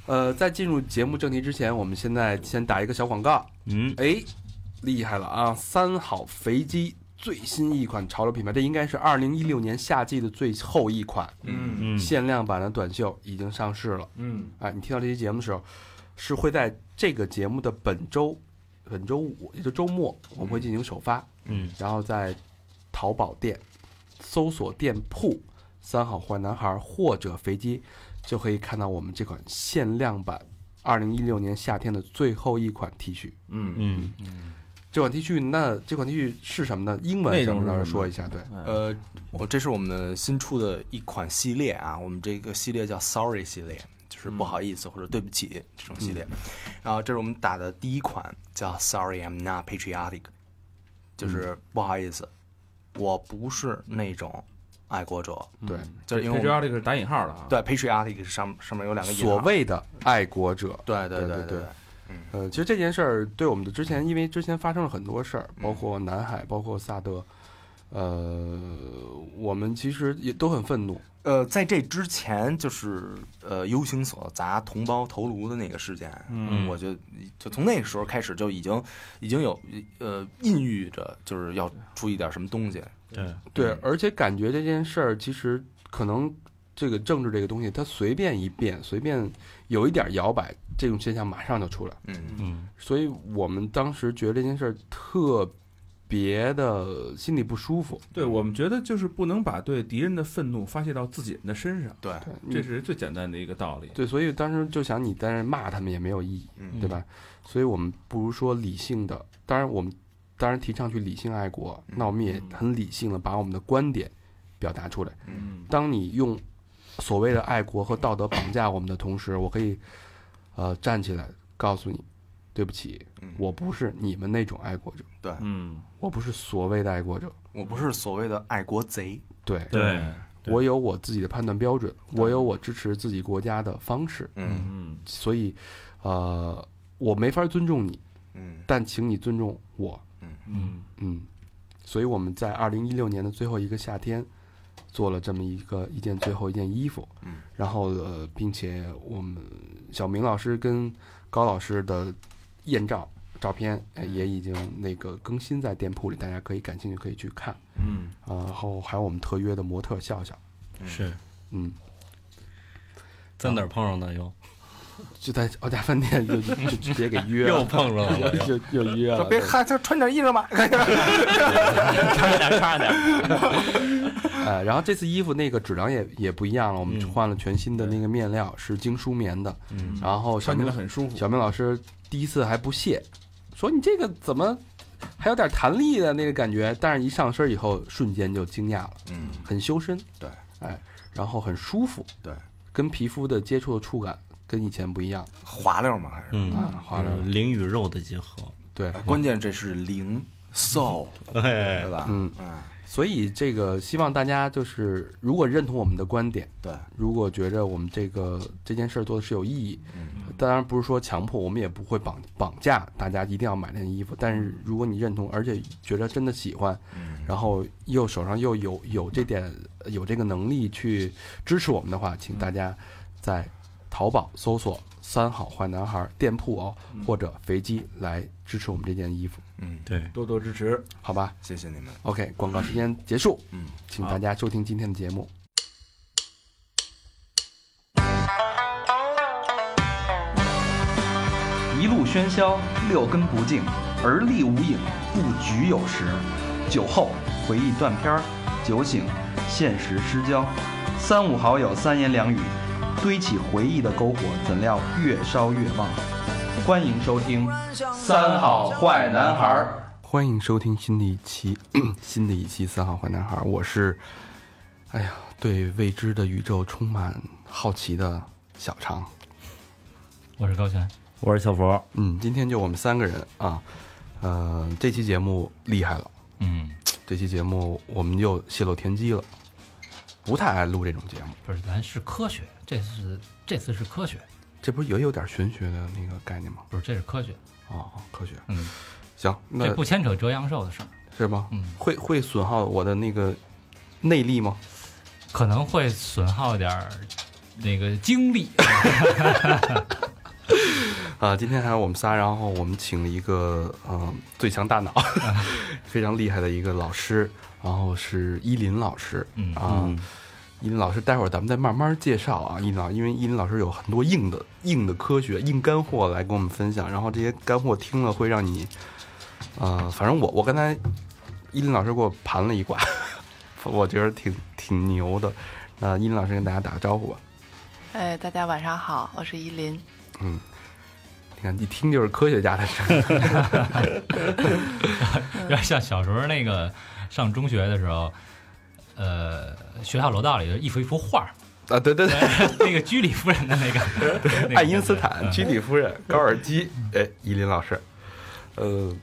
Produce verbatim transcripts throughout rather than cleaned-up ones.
呃，在进入节目正题之前，我们现在先打一个小广告。 嗯， 哎，厉害了啊！三好肥鸡最新一款潮流品牌，这应该是二零一六年夏季的最后一款， 嗯限量版的短袖已经上市了。 嗯， 哎，你听到这期节目的时候，是会在这个节目的本周，本周五，也就周末，我们会进行首发。 嗯， 然后在淘宝店搜索店铺“三好坏男孩”或者肥鸡，就可以看到我们这款限量版二零一六年夏天的最后一款 T 恤。 嗯嗯嗯， 这款 T 恤，那这款 T 恤是什么呢？英文想跟大家说一下。对， 呃，我这是我们的新出的一款系列啊，我们这个系列叫 Sorry 系列，就是不好意思或者对不起这种系列。然后这是我们打的第一款，叫 Sorry I'm Not Patriotic， 就是不好意思，我不是那种爱国者。 对， 就是因为 patriotic 是打引号的啊。 对 patriotic 是上上面有两个引号所谓的爱国者。 对对对对对对， 呃，其实这件事儿对我们的之前，因为之前发生了很多事儿，包括南海，包括萨德，呃，我们其实也都很愤怒。 呃，在这之前就是呃 U 型所砸同胞头颅的那个事件， 嗯我就就从那个时候开始就已经已经有呃孕育着就是要出一点什么东西。 对对，而且感觉这件事儿其实可能这个政治这个东西，它随便一变，随便有一点摇摆，这种现象马上就出来。 嗯嗯所以我们当时觉得这件事儿特别的心里不舒服。 对，我们觉得就是不能把对敌人的愤怒发泄到自己人的身上， 对， 对， 这是最简单的一个道理。 对，所以当时就想，你在那骂他们也没有意义， 嗯对吧？所以我们不如说理性的，当然我们当然提倡去理性爱国，那我们也很理性的把我们的观点表达出来。 嗯当你用所谓的爱国和道德绑架我们的同时，我可以呃站起来告诉你，对不起， 嗯我不是你们那种爱国者， 对， 嗯， 我不是所谓的爱国者， 我不是所谓的爱国贼。 对， 对，对我有我自己的判断标准，我有我支持自己国家的方式， 嗯嗯所以呃我没法尊重你， 嗯但请你尊重我。 嗯嗯，所以我们在二零一六年的最后一个夏天，做了这么一个一件最后一件衣服， 嗯， 然后呃，并且我们小明老师跟高老师的艳照照片呃也已经那个更新在店铺里，大家可以感兴趣可以去看。 嗯， 呃然后还有我们特约的模特笑笑， 是嗯， 在哪儿碰上的又就在奥家饭店就就就直接给约了， 又碰上了， 就就约了，对说别看，就穿点衣裳吧。 差点差点， 呃，然后这次衣服那个质量也也不一样了，我们嗯换了全新的那个面料，是精梳棉的。 嗯然后小穿起明来很舒服。 小明老师第一次还不屑，说你这个怎么还有点弹力的那个感觉，但是一上身以后瞬间就惊讶了， 嗯很修身， 对， 哎，然后很舒服， 对， 跟皮肤的接触的触感跟以前不一样， 滑溜嘛还是？ 嗯， 啊，好了， 灵与肉的结合， 对， 关键这是零 soul， 哎对，吧？ 嗯， 嗯， 所以这个希望大家就是如果认同我们的观点， 对， 如果觉着我们这个这件事儿做的是有意义， 嗯当然不是说强迫，我们也不会绑绑架大家一定要买那件衣服。但是如果你认同，而且觉得真的喜欢， 嗯， 然后又手上又有有这点有这个能力去支持我们的话，请大家在淘宝搜索“三好坏男孩”店铺哦，或者肥鸡来支持我们这件衣服， 嗯， 对， 多多支持。 好吧谢谢你们。 ？OK，广告时间结束， 嗯， 请大家收听今天的节目。 一路喧嚣，六根不净，而立无影，不局有时。酒后回忆断片儿，酒醒现实失焦。三五好友三言两语，堆起回忆的篝火，怎料越烧越旺。欢迎收听《三好坏男孩》。 欢迎收听新的一期新的一期《三好坏男孩》，我是，哎呀，对未知的宇宙充满好奇的小常。 我是高璇，我是小佛， 嗯，今天就我们三个人啊，呃，这期节目厉害了， 嗯， 这期节目我们又泄露天机了，不太爱录这种节目， 不是，咱是科学，这次这次是科学， 这不是也有点玄学的那个概念吗？ 不是，这是科学， 哦，科学， 嗯， 行，那这不牵扯折阳寿的事儿， 是吗？ 嗯， 会会损耗我的那个内力吗？ 可能会损耗点儿那个经历。 啊，今天还有我们仨，然后我们请了一个嗯最强大脑，非常厉害的一个老师，然后是依林老师， 嗯啊， 嗯依林老师，待会儿咱们再慢慢介绍啊，依林老师，因为依林老师有很多硬的硬的科学、硬干货来跟我们分享，然后这些干货听了会让你，呃，反正我我刚才依林老师给我盘了一卦，我觉得挺挺牛的，那依林老师跟大家打个招呼吧。 哎，大家晚上好，我是依林。 嗯，你看一听就是科学家的声音。 有点像小时候那个上中学的时候，呃，学校楼道里一幅一幅画啊，对对对， 那个居里夫人的那个，那个爱因斯坦、居里夫人、高尔基，哎，依林老师，呃，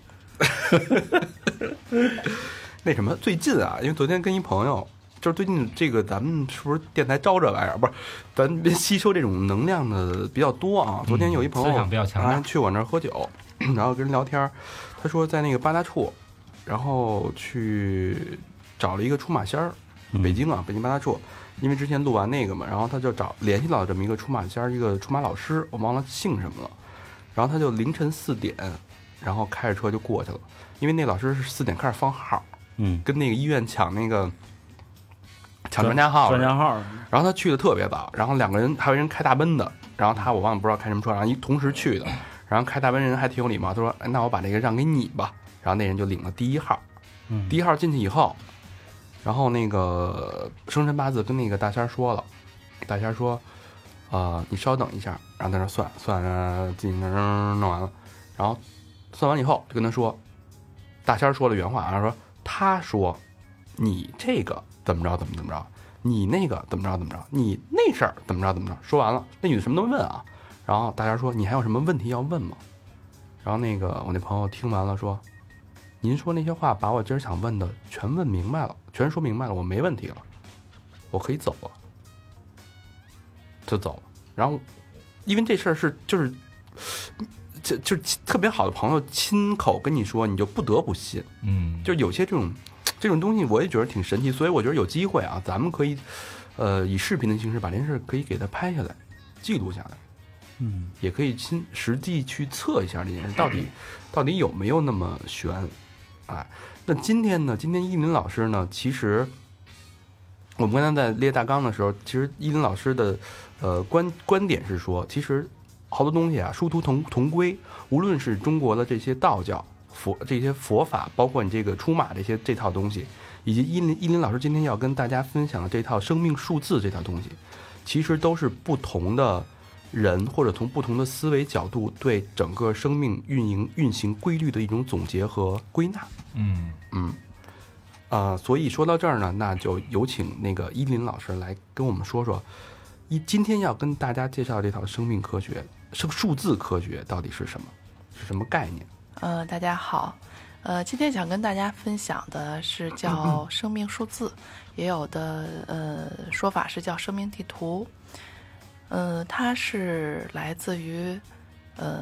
那什么，最近啊，因为昨天跟一朋友。就是最近这个咱们是不是电台招这玩意儿？不是，咱吸收这种能量的比较多啊。昨天有一朋友、 嗯、思想比较强大， 去我那儿喝酒，然后跟人聊天，他说在那个八大处，然后去找了一个出马仙儿，北京啊，北京八大处，因为之前录完那个嘛，然后他就找联系到这么一个出马仙儿，一个出马老师，我忘了姓什么了，然后他就凌晨四点，然后开着车就过去了，因为那老师是四点开始放号， 嗯， 跟那个医院抢那个。抢专家号， 专家号， 然后他去的特别早，然后两个人还有人开大奔的，然后他我忘了不知道开什么车，然后一同时去的，然后开大奔人还挺有礼貌，他说：“哎，那我把这个让给你吧。”然后那人就领了第一号， 嗯， 第一号进去以后，然后那个生辰八字跟那个大仙说了，大仙说：“呃，你稍等一下。”然后在那算算啊，进弄完了，然后算完以后就跟他说，大仙说了原话啊，说他说你这个。怎么着怎么怎么着，你那个怎么着怎么着，你那事儿怎么着怎么着，说完了，那女的什么都没问啊。然后大家说你还有什么问题要问吗？然后那个我那朋友听完了说，您说那些话把我今儿想问的全问明白了，全说明白了，我没问题了，我可以走了，就走了。然后因为这事儿是就是就就是特别好的朋友亲口跟你说，你就不得不信。 嗯， 就有些这种。这种东西我也觉得挺神奇，所以我觉得有机会啊，咱们可以，呃，以视频的形式把这件事可以给它拍下来，记录下来， 嗯， 也可以亲实际去测一下这件事到底到底有没有那么悬，哎，那今天呢，今天依林老师呢，其实我们刚才在列大纲的时候，其实依林老师的呃观观点是说，其实好多东西啊，殊途同同归，无论是中国的这些道教。佛这些佛法，包括你这个出马这些这套东西，以及依林依林老师今天要跟大家分享的这套生命数字这套东西，其实都是不同的人或者从不同的思维角度对整个生命运营运行规律的一种总结和归纳。 嗯嗯，啊、呃，所以说到这儿呢，那就有请那个依林老师来跟我们说说，一今天要跟大家介绍这套生命科学、生数字科学到底是什么，是什么概念？ 呃，大家好，呃，今天想跟大家分享的是叫生命数字，也有的呃说法是叫生命地图。呃，它是来自于呃，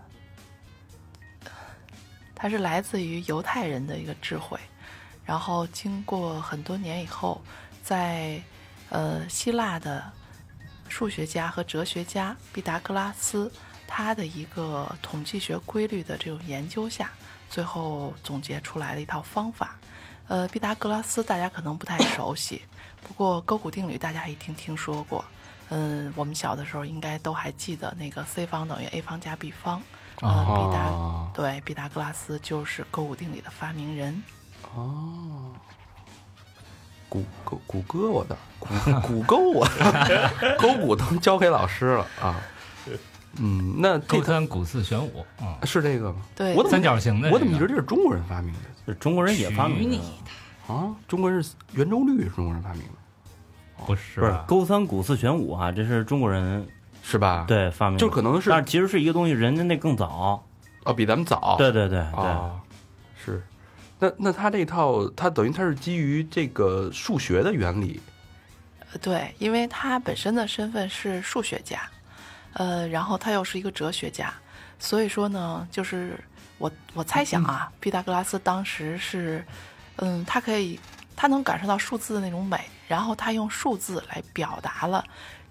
它是来自于犹太人的一个智慧，然后经过很多年以后，在呃希腊的数学家和哲学家毕达哥拉斯。他的一个统计学规律的这种研究下，最后总结出来的一套方法。呃，毕达哥拉斯大家可能不太熟悉，不过勾股定律大家一定听说过。嗯，我们小的时候应该都还记得那个 c 方等于 a 方加 b 方。呃， 哦、 毕达对毕达哥拉斯就是勾股定理的发明人。 哦，谷歌谷歌我的谷谷歌我的勾股都交给老师了啊。嗯，那勾三股四玄武啊、 嗯，是这个吗？ 对， 我怎么三角形的、这个， 我怎么一直这是中国人发明的？ 是中国人也发明的啊？中国人是圆周率是中国人发明的？ 不是， 不是勾三股四玄武啊，这是中国人是吧？ 对，发明的， 就可能是， 但是其实是一个东西，人家那更早哦，比咱们早。 对对对对， 哦、是。那那他这套，他等于他是基于这个数学的原理。 对，因为他本身的身份是数学家。呃，然后他又是一个哲学家，所以说呢，就是我我猜想啊，毕达哥拉斯当时是，嗯，他可以，他能感受到数字的那种美，然后他用数字来表达了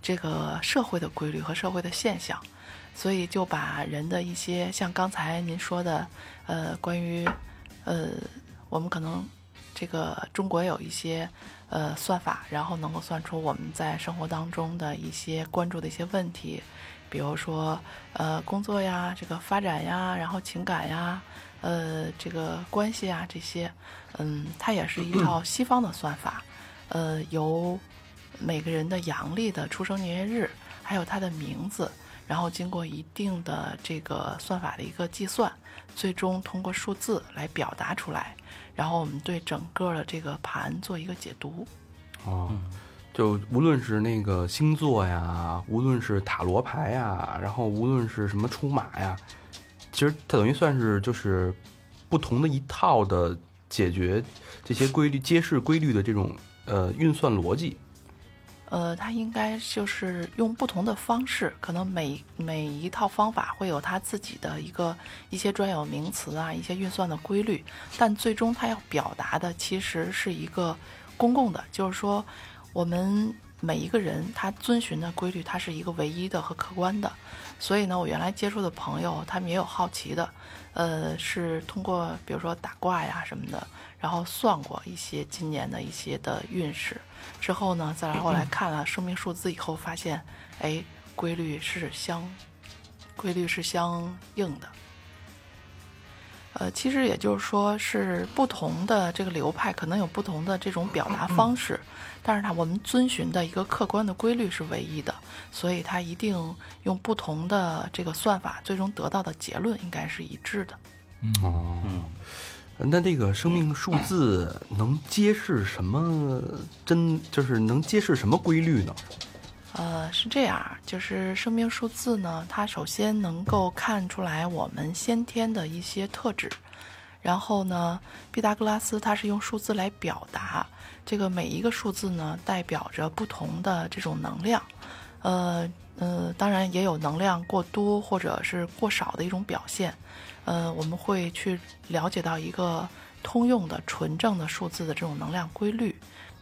这个社会的规律和社会的现象，所以就把人的一些像刚才您说的，呃，关于呃，我们可能这个中国有一些呃算法，然后能够算出我们在生活当中的一些关注的一些问题，比如说呃工作呀、这个发展呀，然后情感呀。呃，这个关系啊，这些，嗯，它也是一套西方的算法，呃，由每个人的阳历的出生年月日，还有他的名字，然后经过一定的这个算法的一个计算，最终通过数字来表达出来，然后我们对整个的这个盘做一个解读。 哦，就无论是那个星座呀，无论是塔罗牌呀，然后无论是什么出马呀。其实它等于算是就是不同的一套的解决这些规律、揭示规律的这种呃运算逻辑。 呃，它应该就是用不同的方式，可能每每一套方法会有它自己的一个一些专有名词啊，一些运算的规律，但最终它要表达的其实是一个公共的，就是说我们每一个人他遵循的规律，它是一个唯一的和客观的。所以呢，我原来接触的朋友，他们也有好奇的，呃，是通过比如说打卦呀什么的，然后算过一些今年的一些的运势，之后呢，再来后来看了生命数字以后，发现，哎，规律是相，规律是相应的。呃，其实也就是说，是不同的这个流派可能有不同的这种表达方式，但是它我们遵循的一个客观的规律是唯一的，所以它一定用不同的这个算法，最终得到的结论应该是一致的。 嗯哦，嗯，那这个生命数字能揭示什么真？就是能揭示什么规律呢？ 呃，是这样，就是生命数字呢，它首先能够看出来我们先天的一些特质，然后呢，毕达哥拉斯他是用数字来表达，这个每一个数字呢代表着不同的这种能量，呃呃，当然也有能量过多或者是过少的一种表现，呃，我们会去了解到一个通用的纯正的数字的这种能量规律。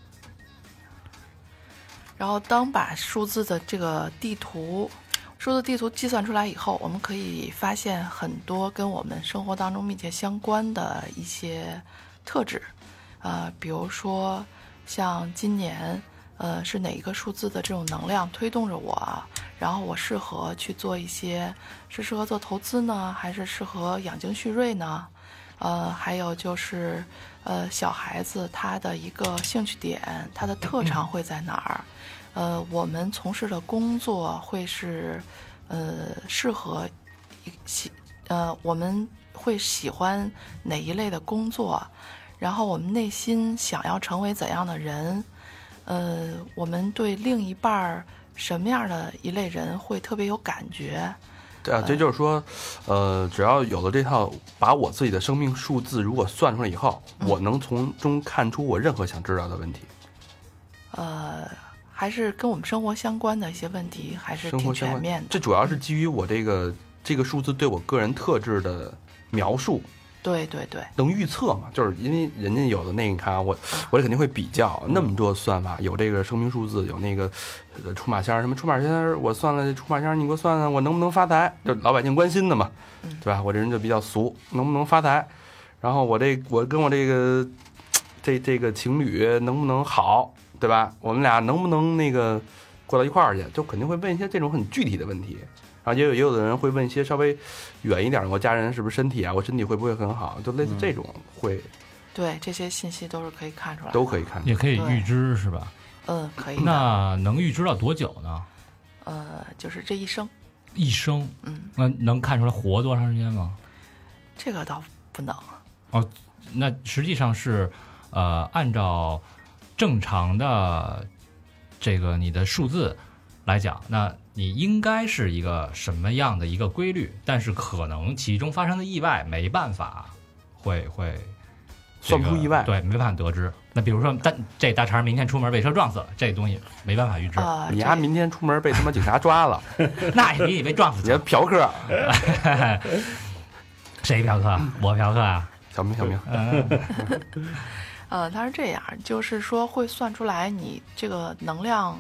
然后当把数字的这个地图数字地图计算出来以后，我们可以发现很多跟我们生活当中密切相关的一些特质，呃，比如说像今年呃是哪一个数字的这种能量推动着我，然后我适合去做一些，是适合做投资呢，还是适合养精蓄锐呢？呃，还有就是呃小孩子他的一个兴趣点，他的特长会在哪儿？呃，我们从事的工作会是，呃，适合喜，呃，我们会喜欢哪一类的工作？然后我们内心想要成为怎样的人？呃，我们对另一半什么样的一类人会特别有感觉？ 对啊，这就是说，呃，只要有了这套，把我自己的生命数字如果算出来以后， 嗯、 我能从中看出我任何想知道的问题。 呃。还是跟我们生活相关的一些问题，还是挺全面的。 这主要是基于我这个这个数字对我个人特质的描述。 对对对， 能预测嘛？就是因为人家有的那个，你看啊，我我这肯定会比较那么多算法，有这个生命数字，有那个出马仙什么出马仙，我算了出马仙，你给我算算我能不能发财？就老百姓关心的嘛，对吧？我这人就比较俗，能不能发财？然后我这我跟我这个这这个情侣能不能好？对吧？我们俩能不能那个过到一块儿去？就肯定会问一些这种很具体的问题，然后也有也有的人会问一些稍微远一点的，我家人是不是身体啊？我身体会不会很好？就类似这种会。 对，这些信息都是可以看出来的， 都可以看出来， 也可以预知是吧？ 嗯，可以的。 那能预知到多久呢？ 呃，就是这一生。 一生？ 嗯。 那能看出来活多长时间吗？ 这个倒不能。 哦，那实际上是呃按照正常的这个你的数字来讲，那你应该是一个什么样的一个规律？但是可能其中发生的意外没办法会会、这个、 算不出意外， 对，没办法得知。那比如说，但这大肠明天出门被车撞死了，这东西没办法预知。 呃、 你丫明天出门被他妈警察抓了， 那也比你被撞死。 你嫖客， 谁嫖客？我嫖客啊？ 小明，小明。 呃，它是这样，就是说会算出来你这个能量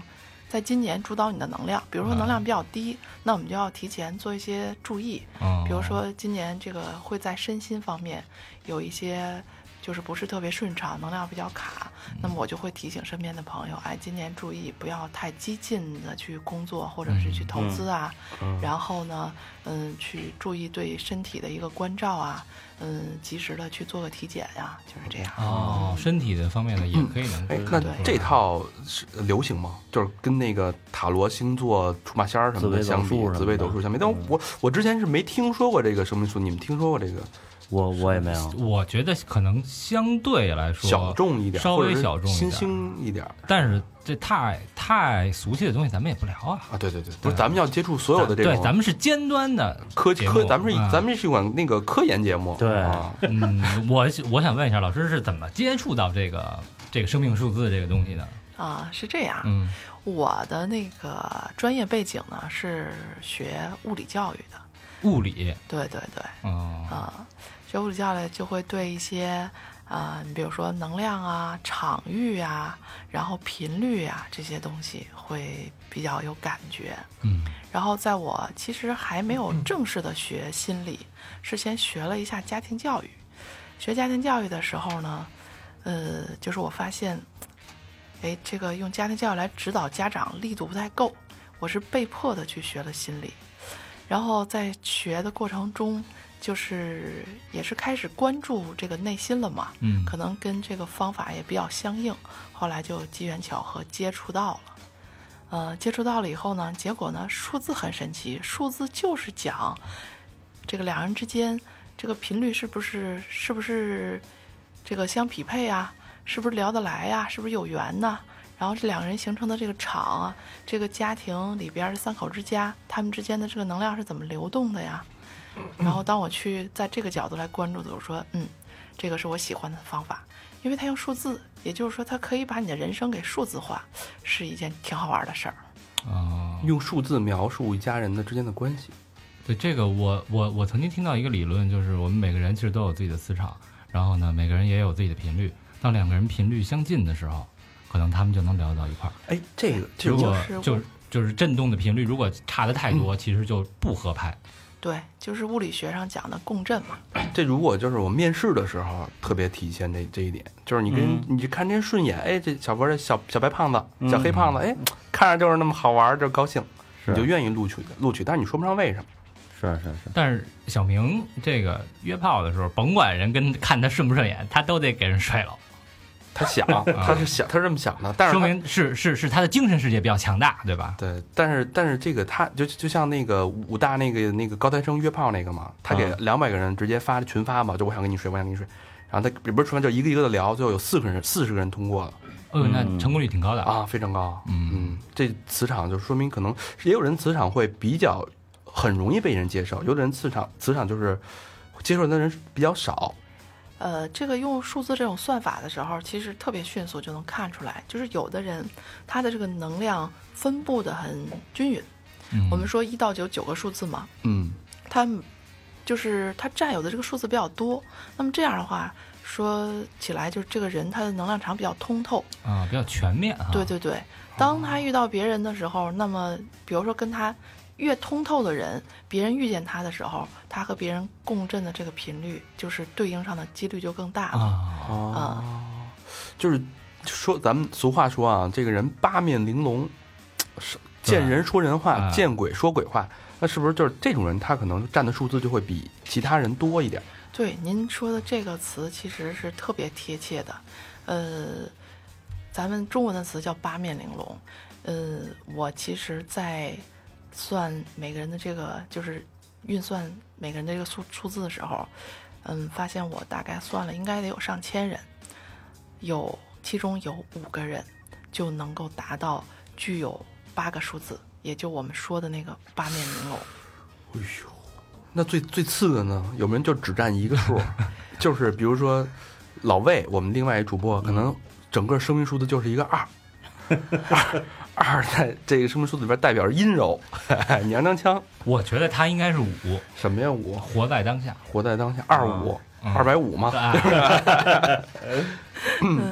在今年主导你的能量。比如说能量比较低，那我们就要提前做一些注意。 哦比如说今年这个会在身心方面有一些就是不是特别顺畅，能量比较卡，那么我就会提醒身边的朋友，哎，今年注意不要太激进的去工作或者是去投资啊， 嗯然后呢，嗯，去注意对身体的一个关照啊，嗯，及时的去做个体检呀、就是这样。 哦，身体的方面的也可以能哎，那对这套是流行吗？就是跟那个塔罗星座、出马仙儿什么的相比，紫微斗数相比，但我我之前是没听说过这个生命数，你们听说过这个？ 我我也没有。 我觉得可能相对来说小众一点， 稍微小众一点， 新兴一点。 但是这太太俗气的东西，咱们也不聊啊。 啊，对对对，不是，咱们要接触所有的这种， 对，咱们是尖端的科科，咱们是、 啊、 咱们是一款那个科研节目。 对， 啊、 嗯，我我想问一下，老师是怎么接触到这个这个生命数字这个东西的？ 啊，是这样。 嗯， 我的那个专业背景呢是学物理教育的。 物理？ 对对对。 哦。 啊。学物理教育就会对一些啊、呃，你比如说能量啊、场域啊，然后频率啊这些东西会比较有感觉。 嗯， 然后在我其实还没有正式的学心理，是先学了一下家庭教育。学家庭教育的时候呢，呃，就是我发现，哎，这个用家庭教育来指导家长力度不太够，我是被迫的去学了心理。然后在学的过程中，就是也是开始关注这个内心了嘛， 嗯， 可能跟这个方法也比较相应，后来就机缘巧合接触到了，呃，接触到了以后呢，结果呢，数字很神奇，数字就是讲这个两人之间这个频率是不是是不是这个相匹配啊，是不是聊得来呀、啊，是不是有缘呢？然后这两个人形成的这个场啊，这个家庭里边三口之家，他们之间的这个能量是怎么流动的呀？然后当我去在这个角度来关注的，我说，嗯，这个是我喜欢的方法，因为它用数字，也就是说它可以把你的人生给数字化，是一件挺好玩的事儿。 哦， 用数字描述一家人的之间的关系。 对，这个我我我曾经听到一个理论，就是我们每个人其实都有自己的磁场，然后呢，每个人也有自己的频率，当两个人频率相近的时候，可能他们就能聊到一块儿。 哎，这个如果就是就是就是振动的频率，如果差的太多，嗯、其实就不合拍。 对，就是物理学上讲的共振嘛。 这如果就是我面试的时候特别体现这这一点，就是你跟、嗯、你看这顺眼，哎，这小哥这小小白胖子、小黑胖子，哎，看着就是那么好玩，就高兴，你就愿意录取录取，但是你说不上为什么。 是是是。 但是小明这个约炮的时候，甭管人跟看他顺不顺眼，他都得给人睡了。 他想，他是想，他是这么想的，但是说明是是是他的精神世界比较强大，对吧？ 对，但是但是这个他就就像那个武大那个那个高材生约炮那个嘛，他给两百个人直接发群发嘛，就我想跟你睡，我想跟你睡，然后他不是群发，就一个一个的聊，最后有四个人四十个人通过了。 哦，那成功率挺高的啊，非常高。 嗯嗯，这磁场就说明可能也有人磁场会比较很容易被人接受，有的人磁场磁场就是接受的人比较少。 呃，这个用数字这种算法的时候，其实特别迅速就能看出来，就是有的人他的这个能量分布的很均匀。 嗯、 我们说一到九九个数字嘛， 嗯， 他就是他占有的这个数字比较多，那么这样的话说起来，就是这个人他的能量场比较通透啊，比较全面啊。 对对对，当他遇到别人的时候，那么比如说跟他越通透的人，别人遇见他的时候，他和别人共振的这个频率，就是对应上的几率就更大了啊、 哦嗯。就是说，咱们俗话说啊，这个人八面玲珑，见人说人话， 啊、 见鬼说鬼话。那是不是就是这种人，他可能占的数字就会比其他人多一点？ 对，您说的这个词其实是特别贴切的。呃，咱们中文的词叫八面玲珑。呃，我其实在算每个人的这个就是运算每个人的这个数数字的时候，嗯，发现我大概算了应该得有上千人，有其中有五个人就能够达到具有八个数字，也就我们说的那个八面玲珑。 哎呦，那最最次的呢？有没有人就只占一个数？就是比如说老魏，我们另外一主播，可能整个生命数字就是一个二。二二在这个生命数字里边代表着阴柔，娘娘腔。 我觉得他应该是五。 什么呀？五？ 活在当下， 活在当下。二五，二百五嘛。 嗯，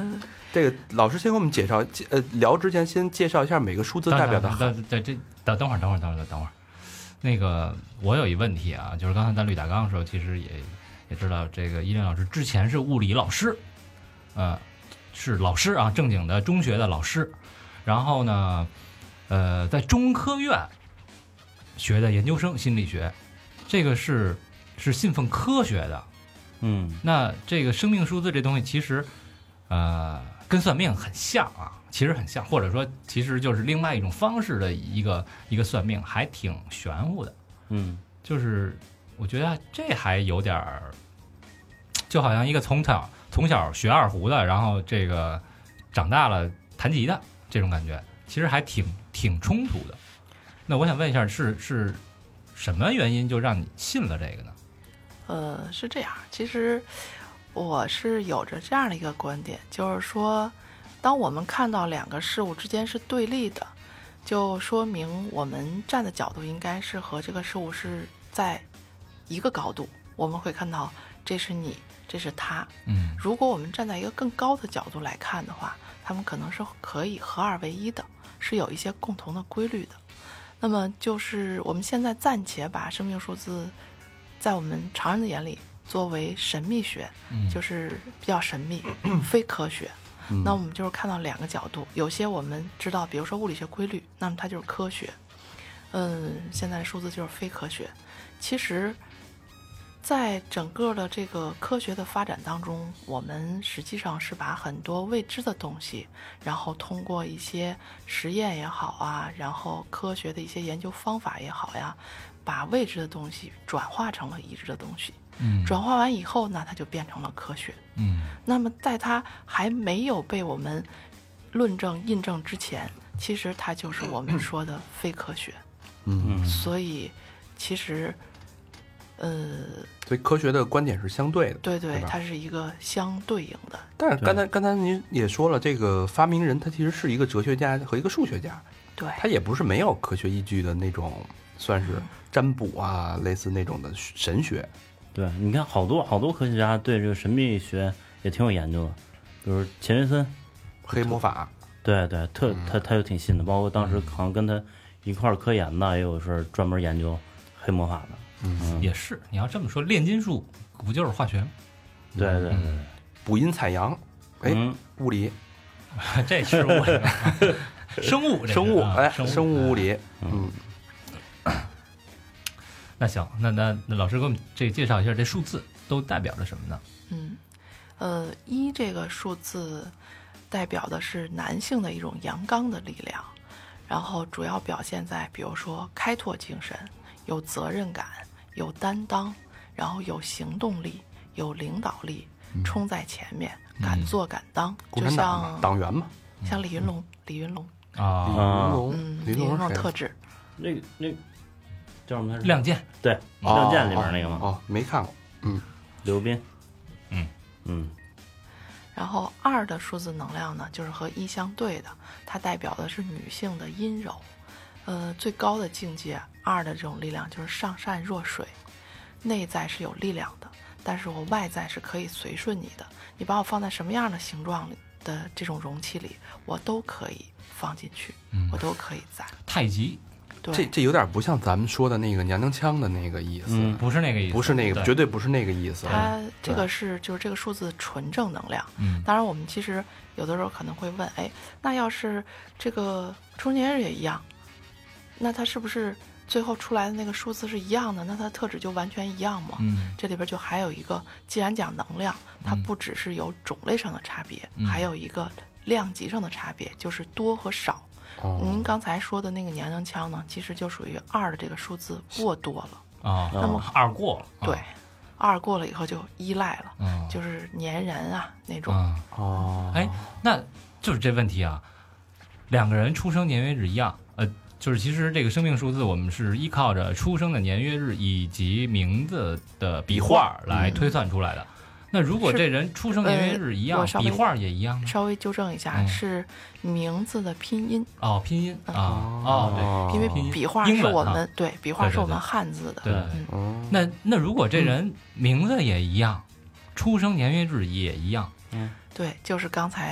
这个老师先给我们介绍，呃，聊之前先介绍一下每个数字代表的含。 等等这等等会儿，等会儿，等会儿，等会儿。那个，我有一问题啊，就是刚才在绿打纲的时候，其实也也知道，这个依林老师之前是物理老师，呃，是老师啊，正经的中学的老师。然后呢，呃，在中科院学的研究生心理学，这个是是信奉科学的。 嗯， 那这个生命数字这东西，其实呃跟算命很像啊，其实很像，或者说其实就是另外一种方式的一个一个算命，还挺玄乎的。 嗯， 就是我觉得这还有点儿，就好像一个从小从小学二胡的，然后这个长大了弹吉他这种感觉，其实还挺挺冲突的。那我想问一下，是是什么原因就让你信了这个呢？ 呃，是这样，其实我是有着这样的一个观点，就是说，当我们看到两个事物之间是对立的，就说明我们站的角度应该是和这个事物是在一个高度。我们会看到这是你，这是他。 嗯， 如果我们站在一个更高的角度来看的话，他们可能是可以合二为一的，是有一些共同的规律的。那么就是我们现在暂且把生命数字在我们常人的眼里作为神秘学， 嗯就是比较神秘，非科学。 嗯那我们就是看到两个角度，有些我们知道，比如说物理学规律，那么它就是科学。嗯，现在的数字就是非科学。其实在整个的这个科学的发展当中，我们实际上是把很多未知的东西，然后通过一些实验也好啊，然后科学的一些研究方法也好呀，把未知的东西转化成了已知的东西。 嗯转化完以后呢，它就变成了科学。 嗯那么在它还没有被我们论证印证之前，其实它就是我们说的非科学。 嗯， 所以其实呃所以科学的观点是相对的。 对对， 对吧它是一个相对应的。 但是刚才刚才您也说了，这个发明人他其实是一个哲学家和一个数学家， 对， 他也不是没有科学依据的那种，算是占卜啊，类似那种的神学。 对，你看好多好多科学家对这个神秘学也挺有研究的，比如钱学森， 黑魔法， 对对，特他他就挺信的，包括当时好像跟他一块儿科研的，也有是专门研究黑魔法的。嗯， 也是。你要这么说，炼金术不就是化学吗？ 对对对， 嗯补阴采阳，哎， 嗯物理、 这是物理，生物，这是生物，哎， 啊生生物物理，嗯， 那行，那那那老师给我们这介绍一下，这数字都代表着什么呢？ 嗯，呃，一这个数字代表的是男性的一种阳刚的力量，然后主要表现在比如说开拓精神、有责任感、有担当，然后有行动力、有领导力，冲在前面，敢做敢当， 共就产党嘛， 像党员嘛， 像李云龙，李云龙， 李啊， 云龙， 嗯， 李李云云龙是谁？ 龙特质。 那个那个叫什么来着？ 亮剑， 对， 哦亮剑里面那个嘛， 哦，没看过，嗯， 刘斌。 嗯嗯然后二的数字能量呢，就是和一相对的，它代表的是女性的阴柔。呃，最高的境界，二的这种力量就是上善若水，内在是有力量的，但是我外在是可以随顺你的。你把我放在什么样的形状里的这种容器里，我都可以放进去，我都可以在。 太极对， 这这有点不像咱们说的那个娘娘腔的那个意思， 嗯不是那个意思， 不是那个， 对绝对不是那个意思。 它这个是就是这个数字纯正能量。 嗯当然，我们其实有的时候可能会问，哎，那要是这个出生年日也一样，那它是不是最后出来的那个数字是一样的？那它特质就完全一样吗？ 嗯这里边就还有一个，既然讲能量，它不只是有种类上的差别， 嗯还有一个量级上的差别，就是多和少。 哦您刚才说的那个娘娘腔呢，其实就属于二的这个数字过多了。 啊， 那么二过了，啊对，二过了以后就依赖了， 嗯就是粘人啊那种。 啊， 哦， 哎，那就是这问题啊，两个人出生年月日一样，呃，就是其实这个生命数字，我们是依靠着出生的年月日以及名字的笔画来推算出来的。那如果是这人出生年月日一样呃我，稍微笔画也一样呢？ 稍微纠正一下， 嗯是名字的拼音， 哦，拼音嗯啊，哦， 哦因为拼音笔画英文啊是我们对笔画对对是我们对汉字的。 对嗯， 哦那那如果这人名字也一样，出生年月日也一样， 对，就是刚才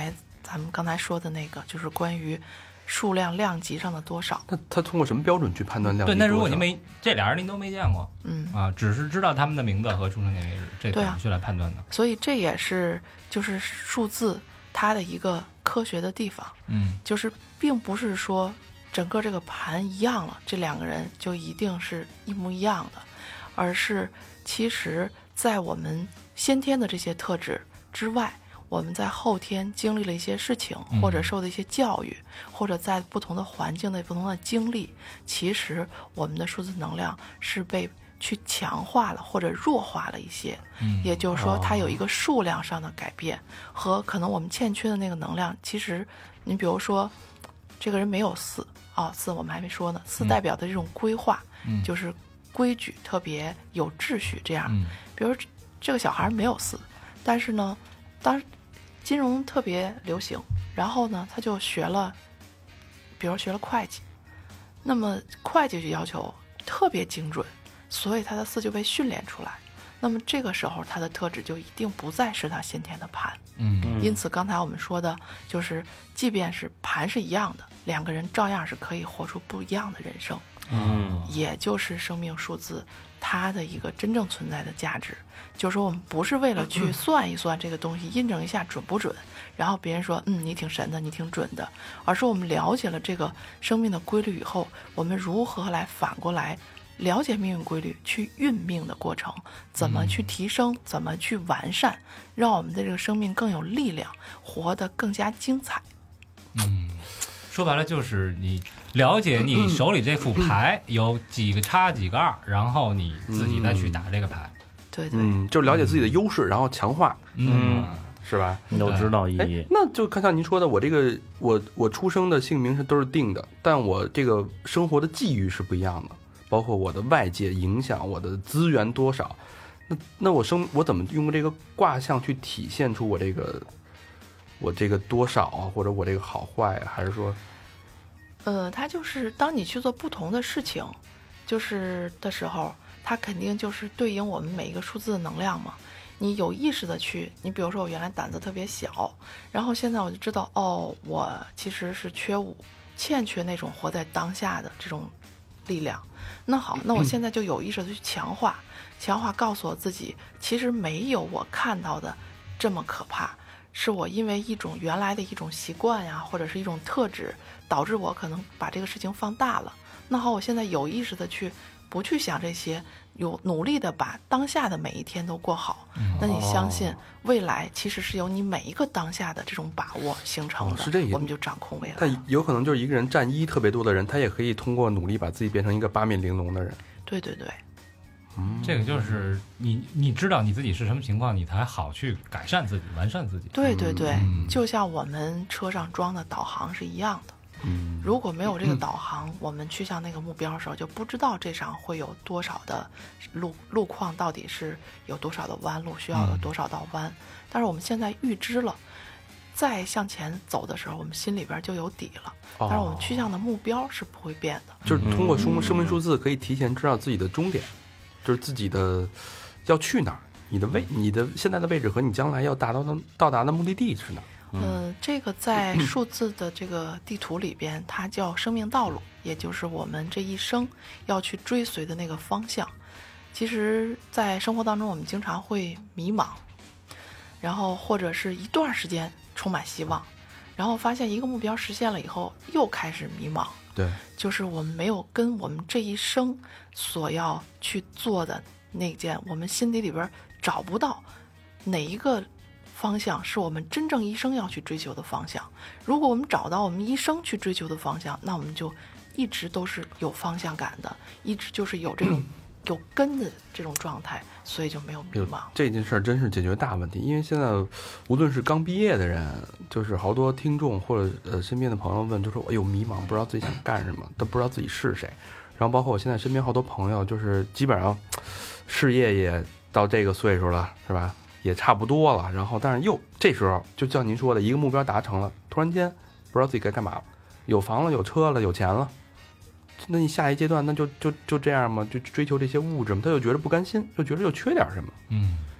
咱们刚才说的那个，就是关于数量量级上的多少。 那他通过什么标准去判断量级对， 多少？ 那如果您没这俩人您都没见过， 嗯啊，只是知道他们的名字和出生年月日，这怎对啊么去来判断呢？ 所以这也是就是数字它的一个科学的地方， 嗯就是并不是说整个这个盘一样了，这两个人就一定是一模一样的，而是其实在我们先天的这些特质之外，我们在后天经历了一些事情， 嗯或者受的一些教育，或者在不同的环境内不同的经历，其实我们的数字能量是被去强化了或者弱化了一些， 嗯， 也就是说它有一个数量上的改变，和可能我们欠缺的那个能量，其实你比如说这个人没有四哦，四我们还没说呢，四代表的这种规划， 嗯就是规矩特别有秩序这样， 嗯比如这个小孩没有四，但是呢当金融特别流行，然后呢他就学了比如学了会计，那么会计就要求特别精准，所以他的四就被训练出来，那么这个时候他的特质就一定不再是他先天的盘。 嗯因此刚才我们说的就是即便是盘是一样的，两个人照样是可以活出不一样的人生， 嗯也就是生命数字它的一个真正存在的价值。就是说我们不是为了去算一算这个东西印证一下准不准，然后别人说嗯你挺神的你挺准的，而是我们了解了这个生命的规律以后，我们如何来反过来了解命运规律，去运命的过程，怎么去提升，怎么去完善，让我们的这个生命更有力量，活得更加精彩。 嗯，说白了就是你了解你手里这副牌有几个叉几个二，然后你自己再去打这个牌。 对对， 嗯，就了解自己的优势，然后强化， 嗯是吧？ 你都知道意哎义，， 那就看像您说的，我这个我我出生的姓名是都是定的，但我这个生活的际遇是不一样的，包括我的外界影响，我的资源多少，那那我生我怎么用这个卦象去体现出我这个我这个多少啊，或者我这个好坏啊，还是说， 呃，它就是当你去做不同的事情，就是的时候，它肯定就是对应我们每一个数字的能量嘛。你有意识的去，你比如说我原来胆子特别小，然后现在我就知道，哦，我其实是缺五，欠缺那种活在当下的这种力量。那好，那我现在就有意识的去强化，强化告诉我自己，其实没有我看到的这么可怕。是我因为一种原来的一种习惯呀，或者是一种特质，导致我可能把这个事情放大了。那好，我现在有意识的去不去想这些，有努力的把当下的每一天都过好。那你相信未来其实是由你每一个当下的这种把握形成的， 哦是这意思我们就掌控未来。 但有可能就是一个人占一特别多的人，他也可以通过努力把自己变成一个八面玲珑的人。 对对对， 这个就是你你知道你自己是什么情况，你才好去改善自己、完善自己。 对对对， 嗯就像我们车上装的导航是一样的。 嗯， 如果没有这个导航，我们去向那个目标的时候，就不知道这上会有多少的路路况，到底是有多少的弯路，需要有多少道弯。但是我们现在预知了，再向前走的时候，我们心里边就有底了。但是我们去向的目标是不会变的。 就是通过生生命数字可以提前知道自己的终点，就是自己的要去哪儿，你的位，你的现在的位置和你将来要达到的到达的目的地是哪儿。 嗯，这个在数字的这个地图里边，它叫生命道路，也就是我们这一生要去追随的那个方向。其实，在生活当中，我们经常会迷茫，然后或者是一段时间充满希望，然后发现一个目标实现了以后，又开始迷茫。 对， 就是我们没有跟我们这一生所要去做的那件，我们心底里边找不到哪一个方向是我们真正一生要去追求的方向。如果我们找到我们一生去追求的方向，那我们就一直都是有方向感的，一直就是有这种有根的这种状态，所以就没有迷茫。 这件事儿真是解决大问题，因为现在无论是刚毕业的人，就是好多听众或者呃身边的朋友问，就说哎呦迷茫，不知道自己想干什么，都不知道自己是谁。然后包括我现在身边好多朋友，就是基本上事业也到这个岁数了，是吧？也差不多了。然后但是又这时候就像您说的，一个目标达成了，突然间不知道自己该干嘛了，有房了，有车了，有钱了。那你下一阶段那就就就这样吗？就追求这些物质吗？他就觉得不甘心，就觉得又缺点什么。 嗯，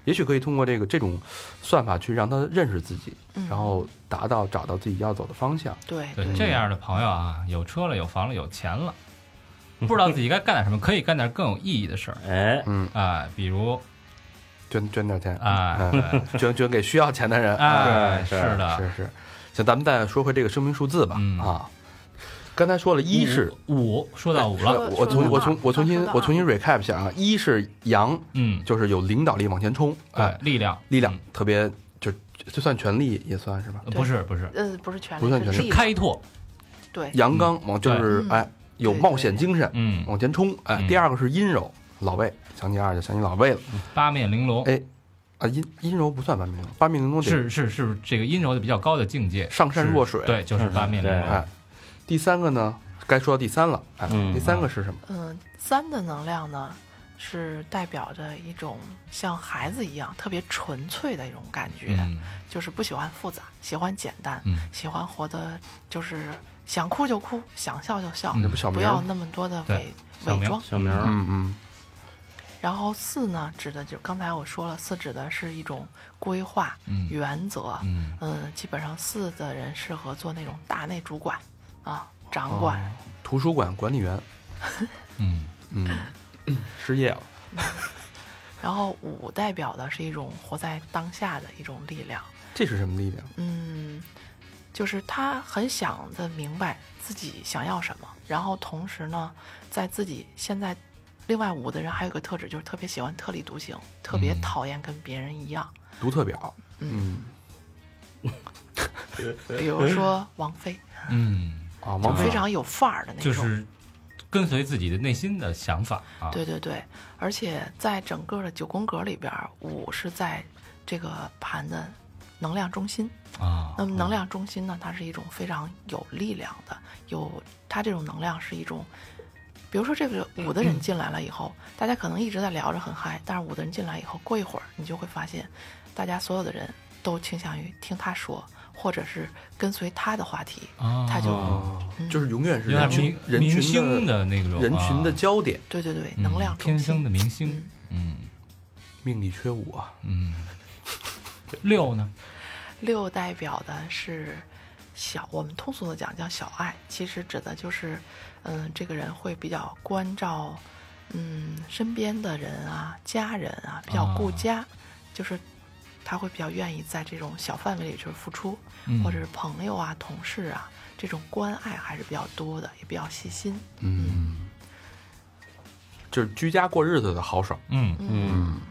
也许可以通过这个这种算法去让他认识自己， 嗯然后达到找到自己要走的方向。 对对这样的朋友啊，有车了，有房了，有钱了，不知道自己该干点什么，可以干点更有意义的事儿。 哎， 嗯， 啊，比如捐捐点钱， 啊， 嗯捐捐给需要钱的人。 哎， 是是的， 是是。行，咱们再说回这个生命数字吧。 嗯啊，刚才说了，一是五，说到五了， 呃我重我重我重新说到二我重新 recap 一下啊，一是阳， 嗯， 就是有领导力往前冲，哎对，，力量， 力量嗯特别，就就算权力也算是吧。 呃不是不是， 呃，不是权力， 不算权力是力量开拓， 对， 阳刚往就是对哎有冒险精神， 嗯， 往前冲。哎， 嗯第二个是阴柔，老魏，想起二就想起老魏了。 八面玲珑， 哎啊，阴阴柔不算八面玲珑，八面玲珑得是是是这个阴柔的比较高的境界， 上善若水。 对，就是八面玲珑， 哎，第三个呢，该说到第三了。哎， 嗯第三个是什么？ 嗯，三的能量呢，是代表着一种像孩子一样特别纯粹的一种感觉， 嗯就是不喜欢复杂，喜欢简单， 嗯喜欢活得就是想哭就哭，想笑就笑， 嗯这不小不明儿吗？ 要那么多的对伪小明伪装。 小明儿， 嗯嗯然后四呢，指的就刚才我说了，四指的是一种规划、 嗯原则。 嗯嗯，基本上四的人适合做那种大内主管啊，掌管。 哦图书馆管理员， 嗯嗯，失业了。 然后五代表的是一种活在当下的一种力量。 这是什么力量？ 嗯，就是他很想的明白自己想要什么，然后同时呢，在自己现在，另外五的人还有个特质，就是特别喜欢特立独行，特别嗯讨厌跟别人一样。 独特表。 嗯， 嗯比如说王菲， 嗯， 啊，王菲就非常有范儿的那种。 就是跟随自己的内心的想法啊， 对对对，而且在整个的九宫格里边，五是在这个盘的能量中心。 啊， 那么能量中心呢，它是一种非常有力量的，有它这种能量是一种，比如说这个五的人进来了以后，大家可能一直在聊着很嗨，但是五的人进来以后，过一会儿你就会发现，大家所有的人都倾向于听他说，或者是跟随他的话题， 啊他就哦嗯就是永远是有点人群明明人群星的那种人群的啊焦点。 对对对， 嗯能量中天生心的明星， 嗯嗯命里缺五啊。 嗯，六呢？ 六代表的是小，我们通俗的讲叫小爱，其实指的就是，嗯，这个人会比较关照，嗯，身边的人啊、家人啊，比较顾家，就是他会比较愿意在这种小范围里去付出， 嗯或者是朋友啊、同事啊，这种关爱还是比较多的，也比较细心。 嗯，就是居家过日子的豪爽。 嗯嗯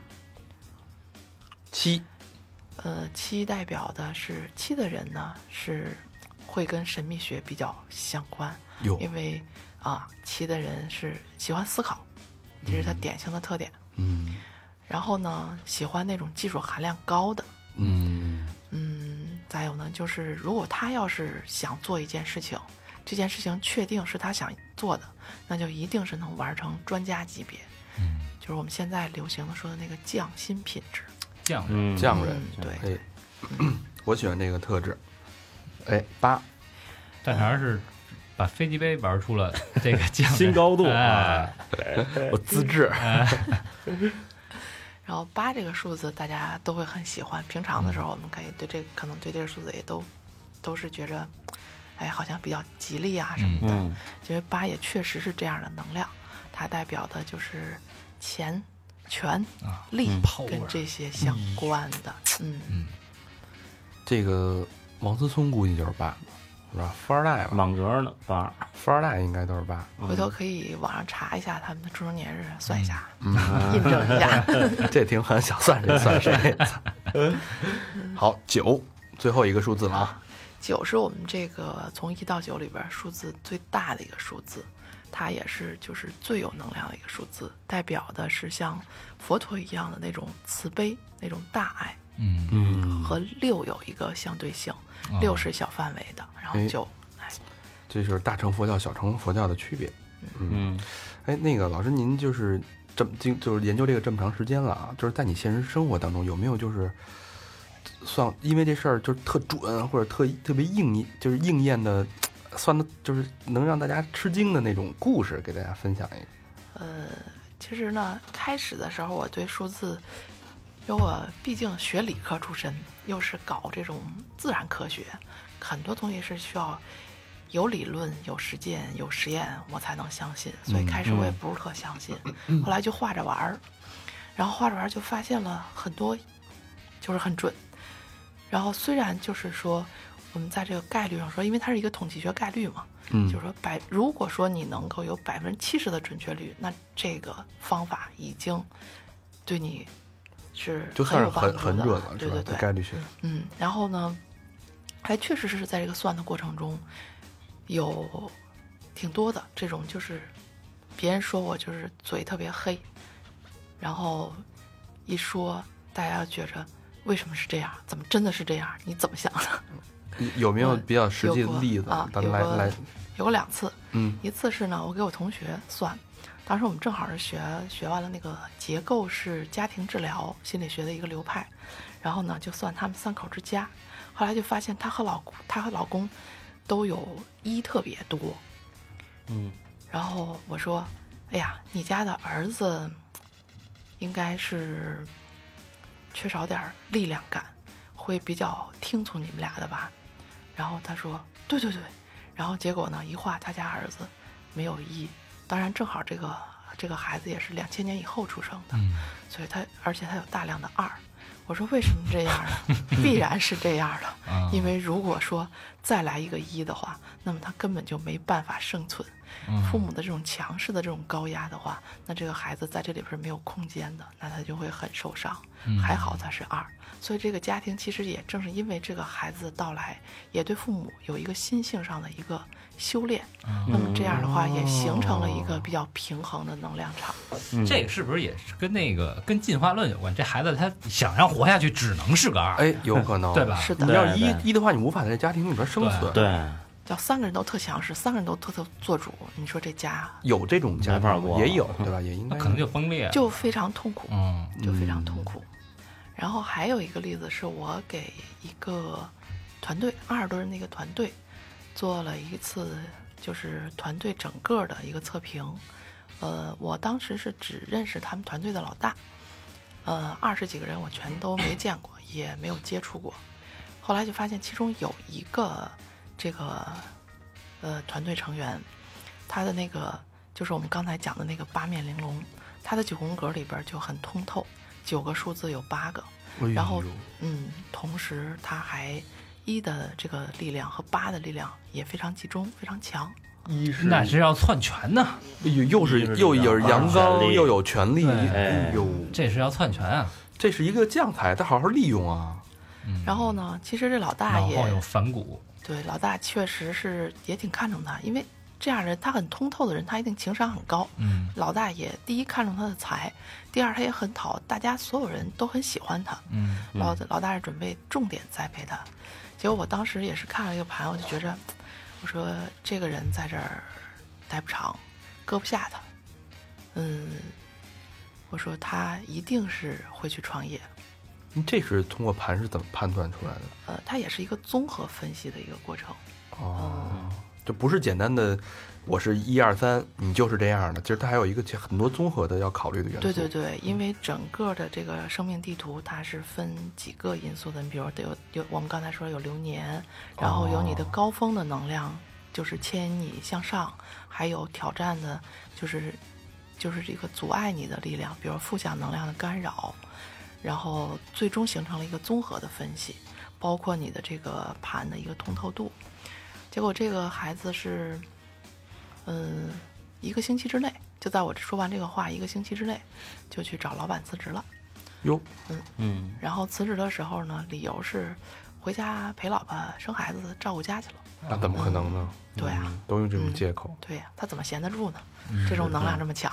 七， 呃，七代表的是七的人呢，是会跟神秘学比较相关。 有， 因为啊，七的人是喜欢思考，这是他典型的特点。 嗯然后呢，喜欢那种技术含量高的。 嗯嗯，再有呢，就是如果他要是想做一件事情，这件事情确定是他想做的，那就一定是能玩成专家级别。 嗯， 就是我们现在流行的说的那个匠心品质。 匠人， 嗯， 匠人。 嗯，对， 哎，我喜欢这个特质。哎，八， 大肠是把飞机杯玩出了这个匠人新高度哎啊， 我资质。 然后八这个数字大家都会很喜欢，平常的时候我们可以对这个可能对这个数字也都都是觉着，哎，好像比较吉利啊什么的。 嗯因为八也确实是这样的能量，它代表的就是钱、权、 啊力嗯跟这些相关的。嗯， 这个王思聪估计就是八，是吧？富二代吧， 满格呢八， 富二代应该都是八。 回头可以网上查一下他们的出生年日，算一下， 嗯， 印证一下。 这挺狠，想算谁算谁。好，九，最后一个数字了啊。 九是我们这个从一到九里边数字最大的一个数字，它也是就是最有能量的一个数字，代表的是像佛陀一样的那种慈悲、那种大爱。 嗯嗯， 和六有一个相对性， 哦六是小范围的，然后哎九，哎， 这就是大乘佛教、小乘佛教的区别。嗯， 嗯哎，那个老师，您就是这么经就是研究这个这么长时间了啊，就是在你现实生活当中有没有就是算因为这事儿就是特准或者特特别应就是应验的，算的就是能让大家吃惊的那种故事，给大家分享一个。 呃，其实呢，开始的时候我对数字因为我毕竟学理科出身，又是搞这种自然科学，很多东西是需要有理论、有实践、有实验，我才能相信。所以开始我也不是特相信， 嗯、 后来就画着玩儿，然后画着玩儿就发现了很多，就是很准。然后虽然就是说我们在这个概率上说，因为它是一个统计学概率嘛， 嗯， 就是说百如果说你能够有百分之七十的准确率，那这个方法已经对你是就算是很很有帮助的很准了， 对对对， 概率学。 嗯，然后呢，还确实是在这个算的过程中，有挺多的这种，就是别人说我就是嘴特别黑，然后一说大家觉着为什么是这样？怎么真的是这样？你怎么想的？ 有没有比较实际的例子？ 啊， 咱们来来， 有过两次。 嗯， 一次是呢，我给我同学算，当时我们正好是学学完了那个结构式家庭治疗心理学的一个流派，然后呢就算他们三口之家，后来就发现她和老她和老公都有一特别多。 嗯， 然后我说，哎呀，你家的儿子应该是缺少点力量感，会比较听从你们俩的吧？然后他说，对对对。然后结果呢，一画他家儿子没有一，当然正好这个这个孩子也是两千年以后出生的， 嗯， 所以他而且他有大量的二。我说为什么这样呢？必然是这样的， 啊因为如果说再来一个一的话，那么他根本就没办法生存。父母的这种强势的这种高压的话，那这个孩子在这里边是没有空间的，那他就会很受伤。还好他是二，所以这个家庭其实也正是因为这个孩子的到来，也对父母有一个心性上的一个修炼。那么这样的话，也形成了一个比较平衡的能量场。 这个是不是也是跟那个跟进化论有关？这孩子他想让活下去，只能是个二， 哎，有可能， 对吧？ 是的， 你要对对一一的话，你无法在家庭里边生存。 对， 叫三个人都特强势，三个人都特特做主，你说这家有这种家没法过庭也有，对吧？也应该那可能就崩裂了， 就非常痛苦。 嗯就非常痛苦。然后还有一个例子是我给一个团队二十多人的一个团队做了一次，就是团队整个的一个测评。呃，我当时是只认识他们团队的老大，呃，二十几个人我全都没见过，也没有接触过。后来就发现其中有一个这个呃团队成员，他的那个就是我们刚才讲的那个八面玲珑，他的九宫格里边就很通透，九个数字有八个，然后嗯，同时他还一的这个力量和八的力量也非常集中，非常强。 一是那是要篡权呢， 哎呦，又是一是又有阳刚， 权力又有权力， 对哎呦， 这是要篡权啊。 这是一个将才，得好好利用啊。 嗯然后呢，其实这老大也脑后有反骨， 对老大确实是也挺看重他，因为这样人他很通透的人，他一定情商很高。 嗯老大也第一看重他的才，第二他也很讨大家所有人都很喜欢他。 嗯老老大是准备重点栽培他，结果我当时也是看了一个盘，我就觉着，我说这个人在这儿待不长，搁不下他。嗯，我说他一定是会去创业。 这是通过盘是怎么判断出来的？ 呃，它也是一个综合分析的一个过程。 哦，这不是简单的，我是一二三，你就是这样的。其实它还有一个很多综合的要考虑的元素。 对对对，因为整个的这个生命地图它是分几个因素的，你比如得有有我们刚才说有流年，然后有你的高峰的能量，就是牵引你向上，还有挑战的，就是就是这个阻碍你的力量，比如负向能量的干扰。然后最终形成了一个综合的分析，包括你的这个盘的一个通透度。结果这个孩子是，嗯，一个星期之内，就在我说完这个话一个星期之内，就去找老板辞职了。 哟， 嗯嗯， 然后辞职的时候呢，理由是回家陪老婆、生孩子、照顾家去了。 那怎么可能呢？ 嗯、对啊、 嗯，都用这种借口。 对呀、啊，他怎么闲得住呢？这种能量这么强。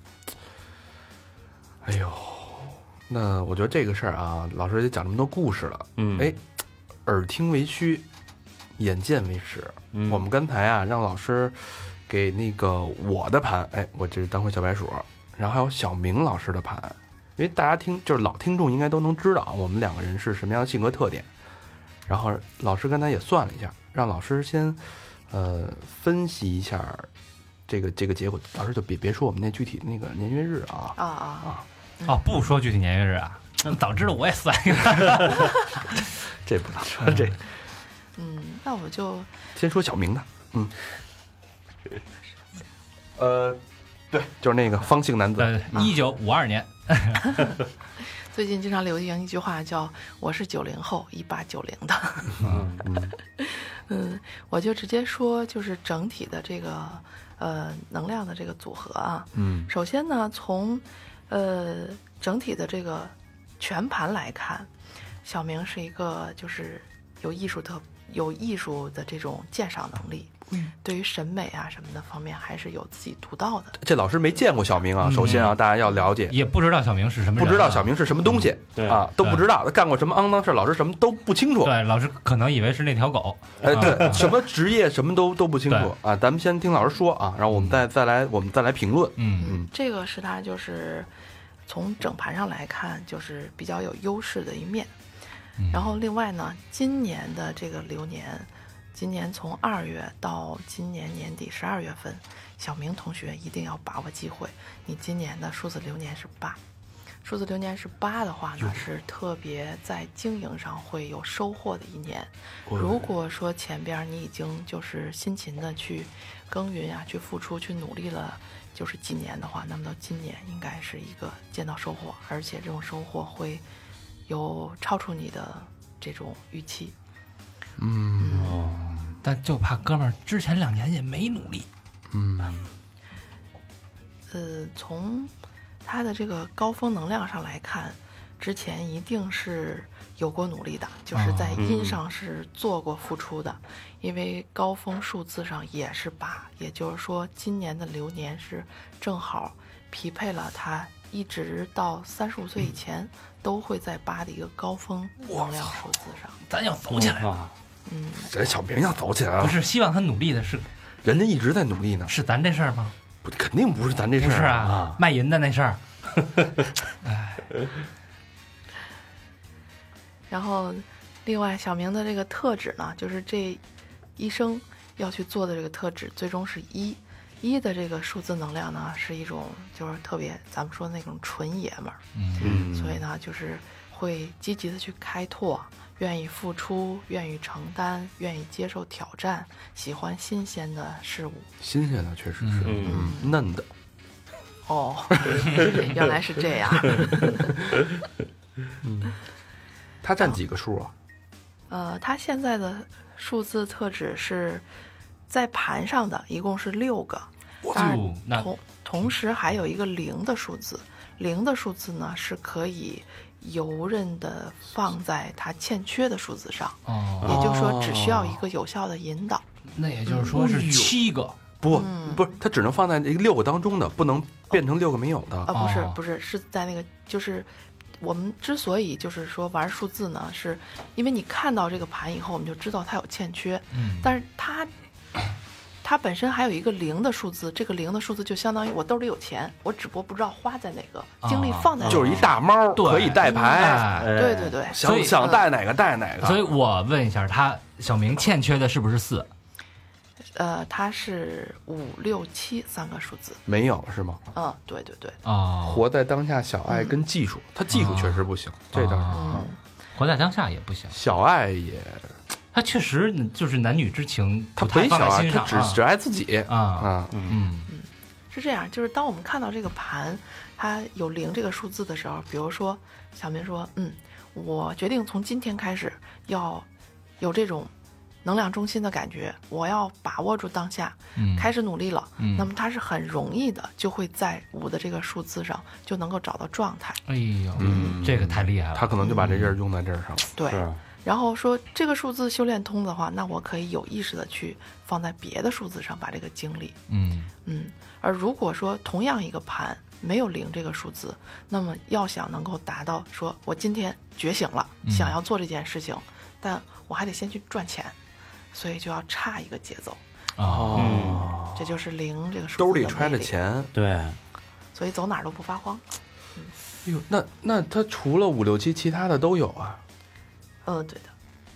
哎呦。那我觉得这个事儿啊，老师也讲这么多故事了， 嗯， 哎，耳听为虚，眼见为实。 嗯， 我们刚才啊，让老师给那个我的盘，哎，我这是当回小白鼠，然后还有小明老师的盘，因为大家听就是老听众应该都能知道我们两个人是什么样的性格特点。然后老师刚才也算了一下，让老师先呃分析一下这个这个结果。老师就别别说我们那具体那个年月日啊啊啊啊！ 哦，不说具体年月日啊， 那早知道我也算一个。 这不能说这。 嗯，那我就先说小明的，嗯，呃，对，就是那个方姓男子， 对，一九五二年。 最近经常流行一句话叫“我是九零后，一八九零的”。 嗯嗯嗯，我就直接说，就是整体的这个呃能量的这个组合啊。 嗯首先呢，从呃整体的这个全盘来看，小明是一个就是有艺术特有艺术的这种鉴赏能力。嗯，对于审美啊什么的方面，还是有自己独到的。 这老师没见过小明啊，首先啊，大家要了解， 也不知道小明是什么人、啊， 不知道小明是什么东西， 对啊，都不知道，他干过什么肮脏事，老师什么都不清楚。 对，老师可能以为是那条狗。 哎，对，什么职业什么都都不清楚啊。咱们先听老师说啊，然后我们再再来我们再来评论。 嗯嗯， 这个是他就是从整盘上来看，就是比较有优势的一面。然后另外呢，今年的这个流年。今年从二月到今年年底十二月份，小明同学一定要把握机会。你今年的数字流年是八，数字流年是八的话呢，是特别在经营上会有收获的一年。如果说前边你已经就是辛勤的去耕耘啊，去付出，去努力了，就是几年的话，那么到今年应该是一个见到收获，而且这种收获会有超出你的这种预期。 嗯哦，但就怕哥们儿之前两年也没努力。 嗯， 呃，从他的这个高峰能量上来看，之前一定是有过努力的，就是在阴上是做过付出的，因为高峰数字上也是八，也就是说今年的流年是正好匹配了他一直到三十五岁以前都会在八的一个高峰能量数字上。 咱要走起来啊！ 嗯， 这小明要走起来了， 不是希望他努力的是人家一直在努力呢， 是咱这事儿吗？ 不，肯定不是咱这事儿不是啊， 啊， 卖淫的那事儿。哎， 然后另外小明的这个特质呢，就是这一生要去做的这个特质，最终是一一的这个数字能量呢，是一种就是特别咱们说的那种纯爷们儿， 嗯， 所以呢，就是会积极的去开拓，愿意付出，愿意承担，愿意接受挑战，喜欢新鲜的事物。 新鲜的确实是， 嗯嗯，嫩的， 哦，原来是这样。 嗯，他占几个数啊？ 呃，他现在的数字特质是在盘上的，一共是六个，当哦那然同同时还有一个零的数字，零的数字呢是可以游刃的放在它欠缺的数字上， 哦， 也就是说只需要一个有效的引导。 那也就是说是七个。 不， 嗯不是，它只能放在这六个当中的，不能变成六个没有的。 啊，不是哦不是，是在那个就是。我们之所以就是说玩数字呢，是因为你看到这个盘以后，我们就知道它有欠缺， 嗯， 但是它它本身还有一个零的数字，这个零的数字就相当于我兜里有钱，我只不过不知道花在哪个，精力放在哪个， 就是一大猫， 对可以带牌， 哎对对对， 所以想想带哪个带哪个。 所以我问一下，他小明欠缺的是不是四？ 呃，它是五六七三个数字， 没有是吗？ 嗯，对对对， 哦， 活在当下，小爱跟技术，他技术确实不行，这倒是。 哦活在当下也不行， 小爱也， 他确实就是男女之情他不太没小爱， 放在心上他只只爱自己啊啊。 嗯是这样，就是当我们看到这个盘，它有零这个数字的时候，比如说小明说，嗯，我决定从今天开始要有这种能量中心的感觉，我要把握住当下， 嗯， 开始努力了， 嗯那么它是很容易的，就会在五的这个数字上就能够找到状态。 哎呦， 嗯这个太厉害了， 他可能就把这劲儿用在这儿上了。 对， 是然后说这个数字修炼通的话，那我可以有意识的去放在别的数字上，把这个精力， 嗯嗯，而如果说同样一个盘没有零这个数字，那么要想能够达到说我今天觉醒了， 嗯想要做这件事情，但我还得先去赚钱，所以就要差一个节奏， 哦， 这就是零这个数字兜里揣的魅力， 着钱， 对， 所以走哪儿都不发慌。 哎呦，那那他除了五六七，其他的都有啊。 嗯，对的，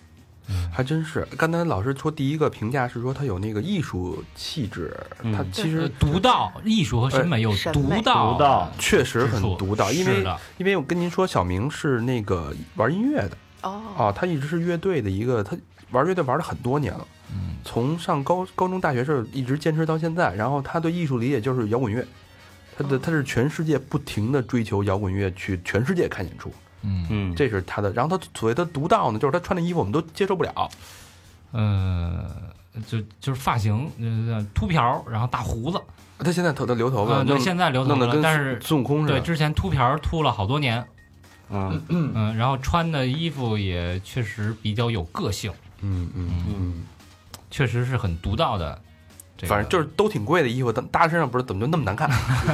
还真是。刚才老师说第一个评价是说他有那个艺术气质， 嗯他其实呃独到，艺术和审美有审美独到， 独到确实很独到，因为是的因为我跟您说，小明是那个玩音乐的哦， 啊，他一直是乐队的一个，他玩乐队玩了很多年了， 嗯， 从上高高中、大学时候一直坚持到现在。然后他对艺术理解就是摇滚乐，他的他是全世界不停的追求摇滚乐，去全世界看演出， 嗯嗯， 这是他的。然后他所谓的独到呢，就是他穿的衣服我们都接受不了。 呃，就就是发型，呃，秃瓢，然后大胡子， 他现在头的留头发， 啊，对， 弄现在留头弄得跟了，但是孙悟空似对， 的。 之前秃瓢秃了好多年， 嗯嗯，然后穿的衣服也确实比较有个性， 嗯嗯嗯， 确实是很独到的。这个、 反正就是都挺贵的衣服，但搭身上不是怎么就那么难看？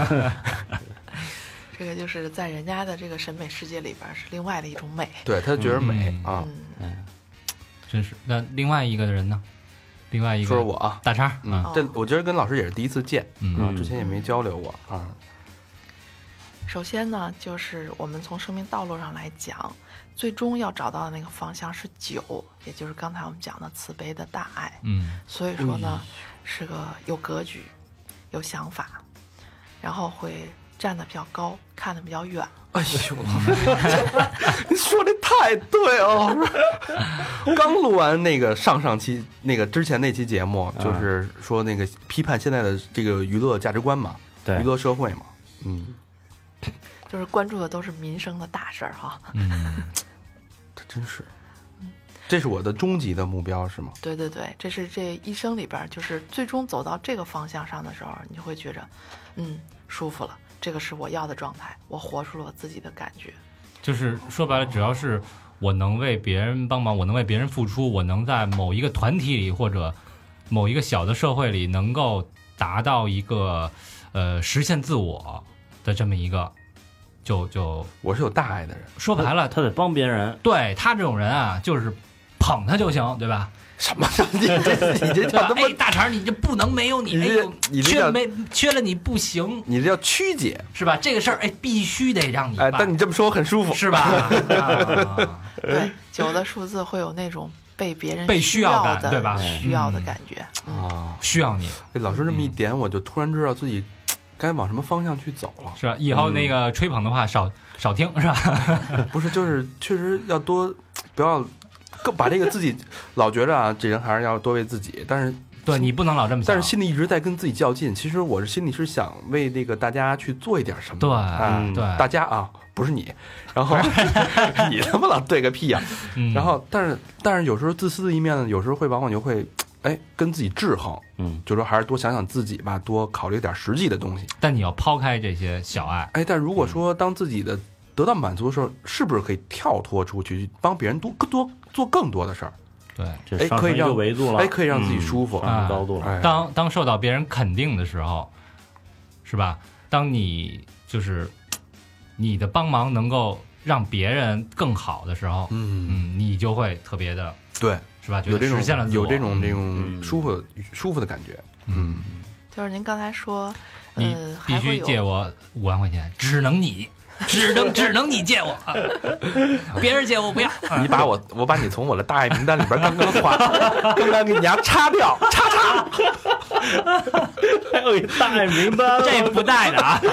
这个就是在人家的这个审美世界里边是另外的一种美。 对他觉得美嗯啊。 嗯， 真是。那另外一个人呢？另外一个说说我啊， 大叉， 嗯， 哦这我觉得跟老师也是第一次见嗯啊，之前也没交流过啊。 首先呢，就是我们从生命道路上来讲，最终要找到的那个方向是九，也就是刚才我们讲的慈悲的大爱。 嗯所以说呢，是个有格局、有想法，然后会站得比较高，看得比较远。 哎呦，你说的太对了！刚录完那个上上期那个之前那期节目，就是说那个批判现在的这个娱乐价值观嘛， 对娱乐社会嘛，嗯， 就是关注的都是民生的大事儿哈。 嗯， 这真是，这是我的终极的目标是吗？ 对对对，这是这一生里边儿，就是最终走到这个方向上的时候，你就会觉着，嗯，舒服了，这个是我要的状态，我活出了我自己的感觉。 就是说白了，只要是我能为别人帮忙，我能为别人付出，我能在某一个团体里或者某一个小的社会里，能够达到一个呃实现自我的这么一个，就就我是有大爱的人， 说白了， 他得帮别人， 对他这种人啊，就是捧他就行，对吧？ 什么什么？你这你这对吧叫他？妈哎，大肠，你这不能没有你， 你这哎呦， 你这叫缺没缺了你不行， 你这叫曲解， 是吧？这个事儿，哎，必须得让你哎， 办但你这么说我很舒服， 是吧？啊对，九的数字会有那种被别人被需要需要的感对吧需要的感觉。嗯， 啊！ 需要你哎老师这么一点，我就突然知道自己该往什么方向去走了。 是吧？以后那个吹捧的话少少听，是吧？ 不是，就是确实要多，不要更把这个自己老觉着啊，这人还是要多为自己，但是对你不能老这么想。 但是心里一直在跟自己较劲。其实我是心里是想为那个大家去做一点什么， 对啊， 嗯对， 大家啊，不是你，然后你他妈老对个屁呀、 嗯然后但是但是有时候自私的一面呢，有时候会往往就会哎跟自己制衡， 嗯， 就说还是多想想自己吧，多考虑点实际的东西。 但你要抛开这些小爱， 哎，但如果说当自己的得到满足的时候，是不是可以跳脱出去，帮别人多多做更多的事儿？ 对。 这上升一个哎可以让维度了， 哎可以让自己舒服嗯上升高度了， 哎， 当当受到别人肯定的时候，是吧？当你就是你的帮忙能够让别人更好的时候， 嗯， 嗯，你就会特别的， 对， 是吧？觉得有这种实现了自我有这种这种嗯舒服舒服的感觉，嗯， 就是您刚才说， 你呃， 必须还会有借我五万块钱，只能你，只能只能你借我，啊别人借我不要。 你把我我把你从我的大爱名单里边刚刚划，刚刚给你家擦掉，擦擦， 还有一大爱名单， 这不带的啊！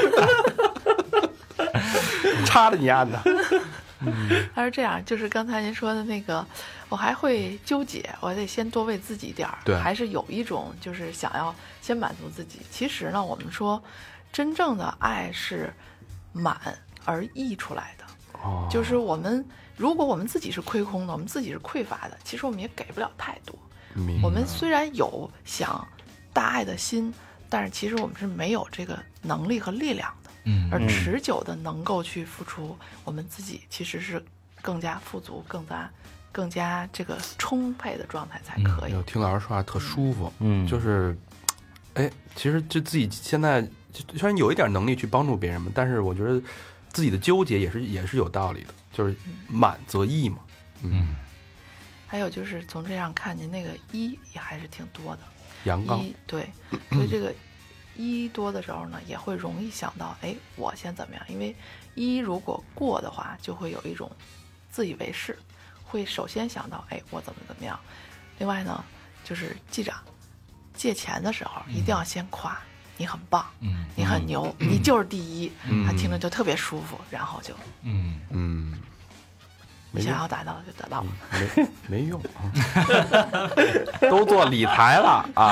擦的你丫的， 他是这样，就是刚才您说的那个，我还会纠结，我得先多为自己点儿， 对还是有一种就是想要先满足自己。其实呢，我们说，真正的爱是满而溢出来的， 哦就是我们如果我们自己是亏空的，我们自己是匮乏的，其实我们也给不了太多。 明我们虽然有想大爱的心，但是其实我们是没有这个能力和力量的。 嗯而持久的能够去付出，我们自己其实是更加富足、更加、更加这个充沛的状态才可以。 有听老师说话特舒服， 嗯， 就是，哎，其实就自己现在就虽然有一点能力去帮助别人嘛，但是我觉得自己的纠结也是也是有道理的，就是满则溢嘛，嗯， 还有就是从这样看，您那个一也还是挺多的。 阳刚， 一对，所以这个一多的时候呢，也会容易想到，哎，我先怎么样？因为一如果过的话，就会有一种自以为是， 会首先想到，哎，我怎么怎么样。另外呢，就是记着，借钱的时候一定要先夸。你很棒， 嗯， 你很牛， 嗯、 你就是第一， 嗯、 他听着就特别舒服，然后就， 嗯嗯， 你想要达到的就得到了， 没没用啊，都做理财了啊。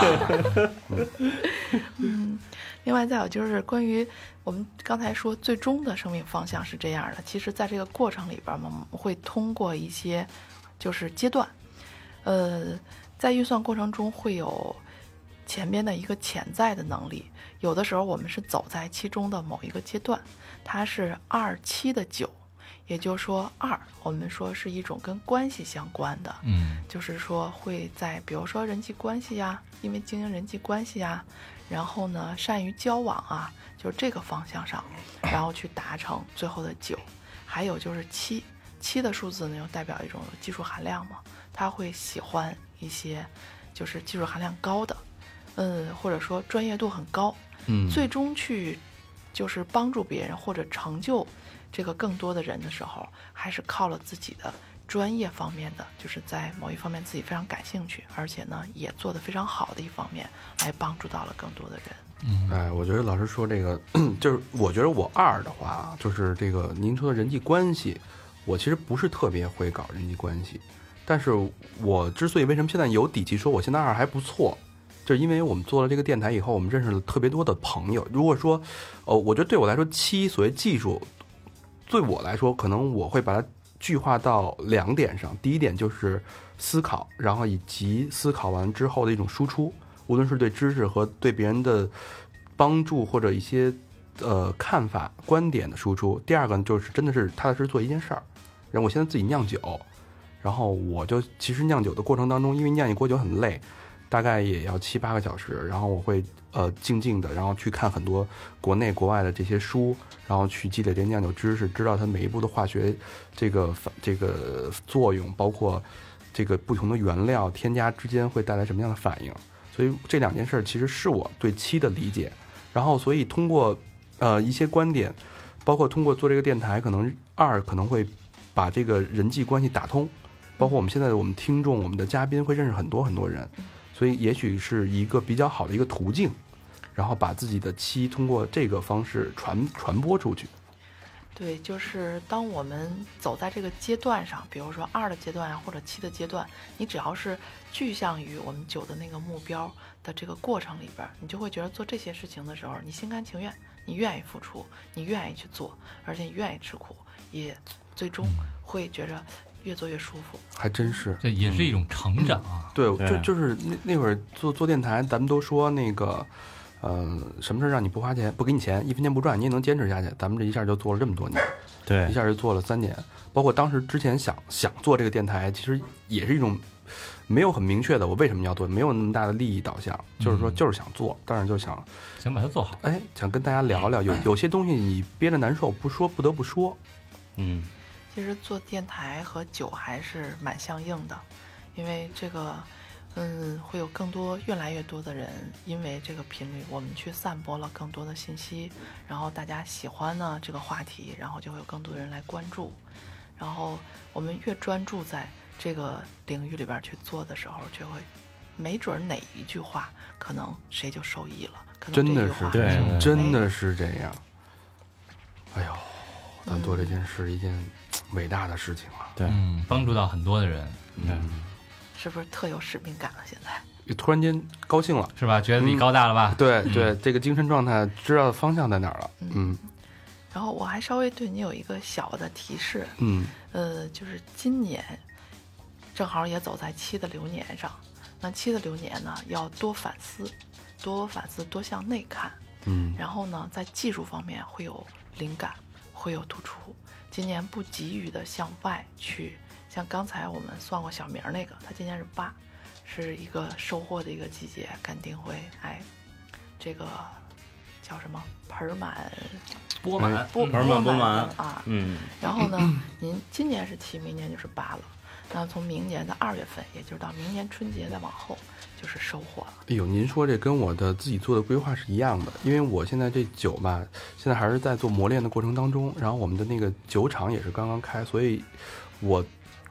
嗯，另外再有就是关于我们刚才说最终的生命方向是这样的，其实在这个过程里边嘛，我们会通过一些就是阶段，呃，在运算过程中会有前边的一个潜在的能力，有的时候我们是走在其中的某一个阶段，它是二七的九，也就是说二，我们说是一种跟关系相关的， 嗯， 就是说会在比如说人际关系呀，因为经营人际关系呀，然后呢善于交往啊，就是这个方向上，然后去达成最后的九。还有就是七，七的数字呢又代表一种技术含量嘛，他会喜欢一些就是技术含量高的。嗯，或者说专业度很高， 嗯， 最终去就是帮助别人或者成就这个更多的人的时候，还是靠了自己的专业方面的，就是在某一方面自己非常感兴趣，而且呢也做得非常好的一方面，来帮助到了更多的人。 嗯， 哎，我觉得老师说这个，就是我觉得我二的话，就是这个您说的人际关系，我其实不是特别会搞人际关系，但是我之所以为什么现在有底气说我现在二还不错。就是因为我们做了这个电台以后，我们认识了特别多的朋友。如果说，呃，我觉得对我来说，七所谓技术，对我来说，可能我会把它具化到两点上。第一点就是思考，然后以及思考完之后的一种输出，无论是对知识和对别人的帮助或者一些呃看法、观点的输出。第二个呢，就是真的是踏踏实实做一件事儿。然后我现在自己酿酒，然后我就其实酿酒的过程当中，因为酿一锅酒很累。大概也要七八个小时，然后我会呃静静的，然后去看很多国内国外的这些书，然后去积累这酿酒知识，知道它每一步的化学这个这个作用，包括这个不同的原料添加之间会带来什么样的反应。所以这两件事其实是我对七的理解。然后所以通过呃一些观点，包括通过做这个电台，可能二可能会把这个人际关系打通，包括我们现在的我们听众、我们的嘉宾会认识很多很多人。所以也许是一个比较好的一个途径，然后把自己的七通过这个方式传传播出去。 对，就是当我们走在这个阶段上，比如说二的阶段啊，或者七的阶段，你只要是具象于我们九的那个目标的这个过程里边，你就会觉得做这些事情的时候，你心甘情愿，你愿意付出，你愿意去做，而且你愿意吃苦，也最终会觉着越做越舒服。 还真是， 这也是一种成长啊。 嗯、对，就就是那那会儿做做电台，咱们都说那个，呃，什么事让你不花钱，不给你钱，一分钱不赚，你也能坚持下去。咱们这一下就做了这么多年， 对， 一下就做了三年。包括当时之前想想做这个电台，其实也是一种没有很明确的我为什么要做，没有那么大的利益导向，就是说就是想做，当然就想想把它做好。 哎，想跟大家聊聊，有有些东西你憋着难受，不说不得不说， 嗯。 其实做电台和酒还是蛮相应的，因为这个，嗯，会有更多越来越多的人，因为这个频率，我们去散播了更多的信息，然后大家喜欢呢这个话题，然后就会有更多的人来关注，然后我们越专注在这个领域里边去做的时候，就会没准哪一句话可能谁就受益了，可能真的是对， 真的是这样。哎呦，咱做这件事一件伟大的事情啊！ 对， 嗯，帮助到很多的人， 嗯， 是不是特有使命感了？现在突然间高兴了， 是吧？觉得自己高大了吧？ 嗯、对对、嗯，这个精神状态知道方向在哪儿了。嗯。嗯然后我还稍微对你有一个小的提示， 嗯， 呃，就是今年正好也走在七的流年上，那七的流年呢，要多反思，多反思，多向内看。 嗯， 然后呢，在技术方面会有灵感，会有突出。今年不急于的向外去，像刚才我们算过小明那个，他今年是八，是一个收获的一个季节，肯定会哎，这个叫什么盆满钵满， 钵盆满钵满啊， 嗯。 然后呢，您今年是七，明年就是八了。那从明年的二月份，也就是到明年春节再往后，就是收获了。 哎呦，您说这跟我的自己做的规划是一样的，因为我现在这酒吧，现在还是在做磨练的过程当中，然后我们的那个酒厂也是刚刚开，所以我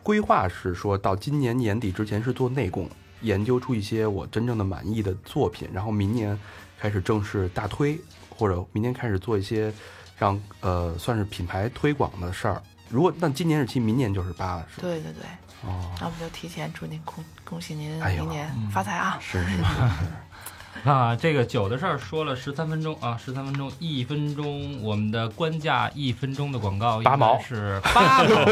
规划是说到今年年底之前是做内供，研究出一些我真正的满意的作品，然后明年开始正式大推，或者明年开始做一些让呃算是品牌推广的事儿。如果那今年是七，明年就是八，是吧？ 对对对。 哦， 那我们就提前祝您恭恭喜您哎呦明年发财啊！ 是是是。 那这个酒的事儿说了十三分钟啊，十三分钟，一分钟，我们的官价一分钟的广告八毛是八毛，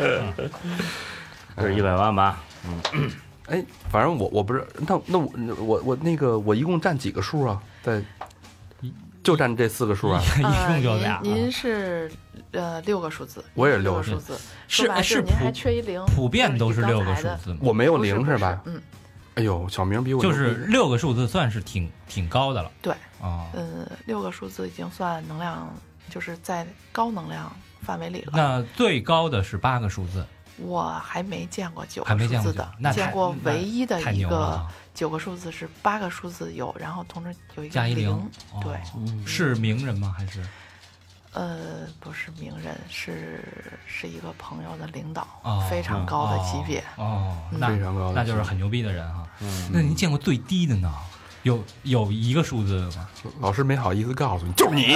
这是一百万吧？ 嗯，哎，反正我我不是，那那我我我那个我一共占几个数啊？在就占这四个数啊？ 一共就俩、啊呃您。您是呃六个数字， 我也是六六个数个字， 是说白了是您还普缺一零， 普遍都是六个就是你刚才的数字吗？ 我没有不是不是零吧？ 嗯， 哎呦，小明比我就是牛逼六个数字算是挺挺高的了。 对， 啊、 呃，六个数字已经算能量，就是在高能量范围里了。 那最高的是八个数字， 我还没见过九还没见过九个数字的， 那太见过唯一的太一个牛了啊九个数字是八个数字有，然后同时有一个加一零。哦对， 是名人吗？还是呃，不是名人，是是一个朋友的领导， 哦非常高的级别。 哦， 嗯那非常高的那就是很牛逼的人哈。嗯，那您见过最低的呢？有有一个数字的吗？ 老师没好意思告诉你，就是你，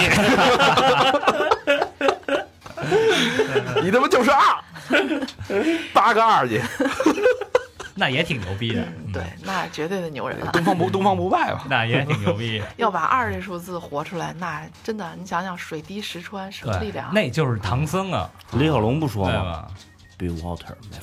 你他妈就是二，八个二去， 那也挺牛逼的。 嗯，对，那绝对的牛人了。 东方不东方不败吧？ 那也挺牛逼的。 要把二这数字活出来，那真的，你想想，水滴石穿，什么力对， 量？ 那就是唐僧啊， 李小龙不说吗对吧？ ？Be water, my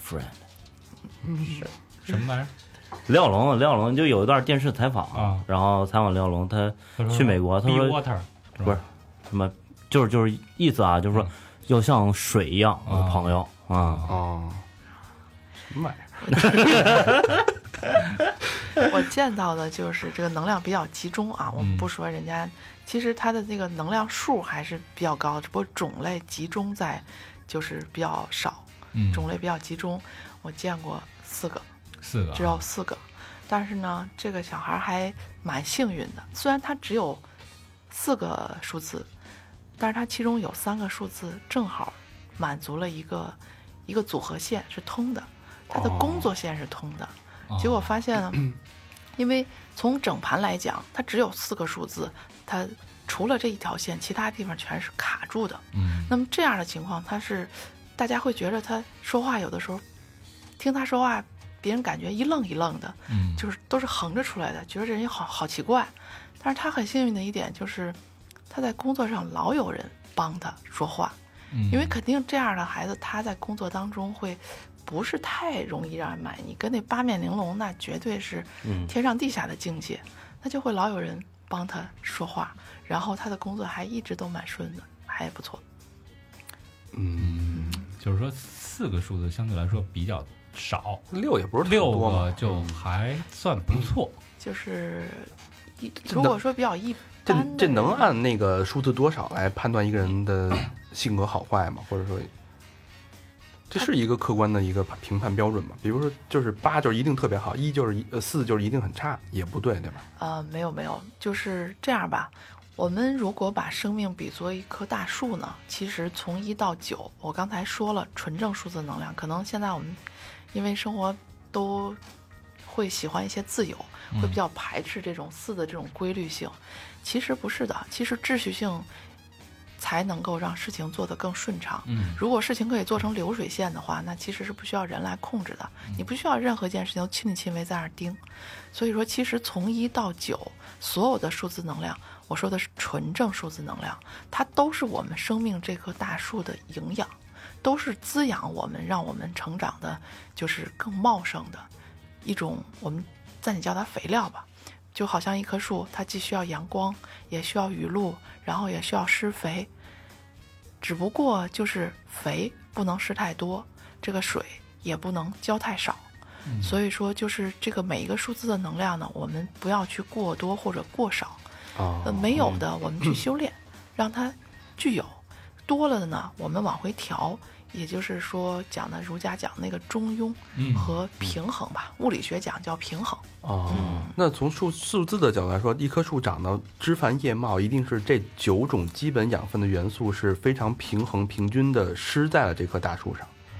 friend。 什么玩意儿？ 李小龙，李小龙就有一段电视采访， 啊然后采访李小龙，他他说去美国，他 Be 说 water 是吧不是什么，就是就是意思啊，就是说要像水一样，我的朋友啊， 哦，什么玩意儿？ 我见到的就是这个能量比较集中啊，我们不说人家，其实它的那个能量数还是比较高，只不过种类集中在就是比较少， 嗯种类比较集中。我见过四个， 四个啊只有四个，但是呢，这个小孩还蛮幸运的，虽然他只有四个数字，但是他其中有三个数字正好满足了一个一个组合线是通的，他的工作线是通的。结果发现呢，因为从整盘来讲，它只有四个数字，它除了这一条线，其他地方全是卡住的。 嗯， 那么这样的情况，他是大家会觉得他说话有的时候听他说话，别人感觉一愣一愣的， 嗯就是都是横着出来的，觉得这人好好奇怪。但是他很幸运的一点就是，他在工作上老有人帮他说话， 嗯因为肯定这样的孩子他在工作当中会不是太容易让人满意，跟那八面玲珑那绝对是天上地下的境界，那就会老有人帮他说话，然后他的工作还一直都蛮顺的，还不错。 嗯， 就是说四个数字相对来说比较少， 六也不是特六多嘛个就还算不错。 就是一这如果说比较一这般的这能人按那个数字多少来判断一个人的性格好坏吗？或者说，这是一个客观的一个评判标准吗？比如说，就是八就是一定特别好，一就是一呃四就是一定很差，也不对，对吧？ 呃，没有没有，就是这样吧。我们如果把生命比作一棵大树呢，其实从一到九，我刚才说了纯正数字能量，可能现在我们因为生活都会喜欢一些自由，会比较排斥这种四的这种规律性。其实不是的，其实秩序性才能够让事情做得更顺畅。 嗯如果事情可以做成流水线的话，那其实是不需要人来控制的，你不需要任何一件事情都亲力亲为在那儿盯。所以说，其实从一到九，所有的数字能量，我说的是纯正数字能量，它都是我们生命这棵大树的营养，都是滋养我们、让我们成长的，就是更茂盛的一种，我们暂且叫它肥料吧。就好像一棵树，它既需要阳光，也需要雨露，然后也需要施肥。只不过就是肥不能施太多，这个水也不能浇太少。 嗯所以说，就是这个每一个数字的能量呢，我们不要去过多或者过少。 啊呃，没有的我们去修炼，让它具有；多了的呢，我们往回调。也就是说，讲的儒家讲那个中庸嗯和平衡吧，物理学讲叫平衡。 哦，那从数数字的角度来说，一棵树长到枝繁叶茂，一定是这九种基本养分的元素是非常平衡、平均的施在了这棵大树上。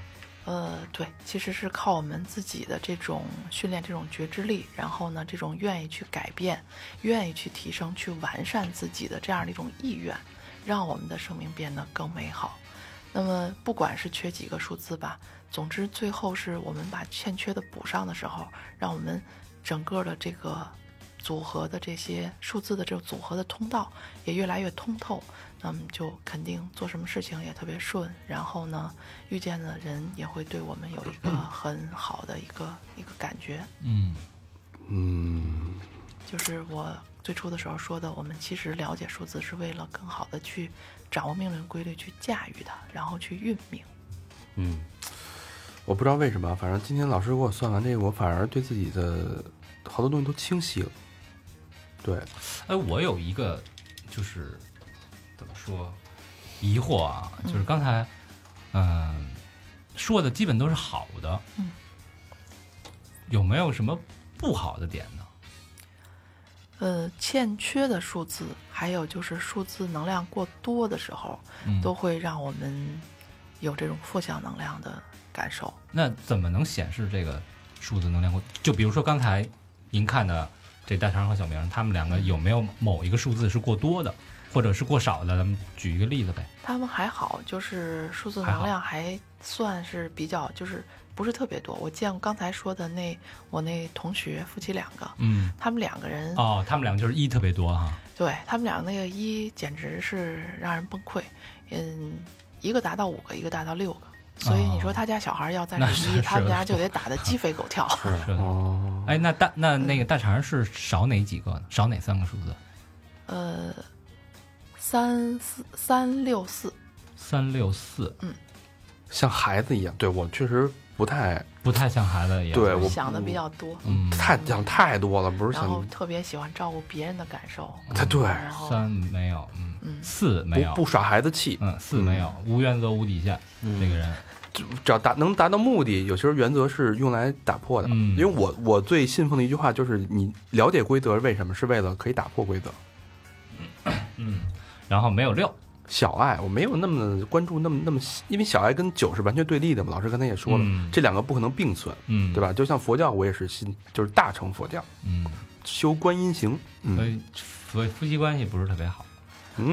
呃，对，其实是靠我们自己的这种训练，这种觉知力，然后呢，这种愿意去改变、愿意去提升、去完善自己的这样的一种意愿，让我们的生命变得更美好。那么，不管是缺几个数字吧，总之最后是我们把欠缺的补上的时候，让我们整个的这个组合的这些数字的这种组合的通道也越来越通透，那么就肯定做什么事情也特别顺，然后呢，遇见的人也会对我们有一个很好的一个一个感觉。 嗯嗯， 就是我最初的时候说的，我们其实了解数字是为了更好的去掌握命运规律，去驾驭它，然后去运命。 嗯， 我不知道为什么，反正今天老师给我算完这个，我反而对自己的好多东西都清晰了。对， 哎，我有一个就是怎么说疑惑啊，就是刚才嗯、呃、说的基本都是好的， 嗯， 有没有什么不好的点呢？ 呃，欠缺的数字，还有就是数字能量过多的时候， 嗯， 都会让我们有这种负向能量的感受。 那怎么能显示这个数字能量过？就比如说刚才您看的这大肠和小明，他们两个有没有某一个数字是过多的，或者是过少的？咱们举一个例子呗。 他们还好，就是数字能量还算是比较，就是不是特别多。我见过刚才说的那我那同学夫妻两个， 嗯， 他们两个人哦，他们两个就是一特别多哈。 对他们俩那个一简直是让人崩溃，嗯，一个达到五个，一个达到六个。所以你说他家小孩要在这一， 哦、 他们家就得打得鸡飞狗跳。 是是的。 哦， 哎，那大那那个大肠是少哪几个呢？少哪三个数字？ 呃，三四三六四。 三六四。 嗯， 像孩子一样。对，我确实不太不太像孩子一样。 对，我想的比较多。 嗯， 太想太多了，不是想。 然后特别喜欢照顾别人的感受。 他对。 然后三没有，嗯， 嗯四没有， 不不耍孩子气。 嗯，四没有，无原则无底线。这个人。 只要达能达到目的，有些时候原则是用来打破的。 嗯， 因为我我最信奉的一句话就是：你了解规则为什么？是为了可以打破规则。 嗯，然后没有六小爱，我没有那么关注那么那么，因为小爱跟九是完全对立的嘛。老师刚才也说了， 嗯、 这两个不可能并存， 嗯， 对吧？就像佛教，我也是信，就是大乘佛教， 嗯， 修观音行，嗯、 所以所以夫妻关系不是特别好。 嗯，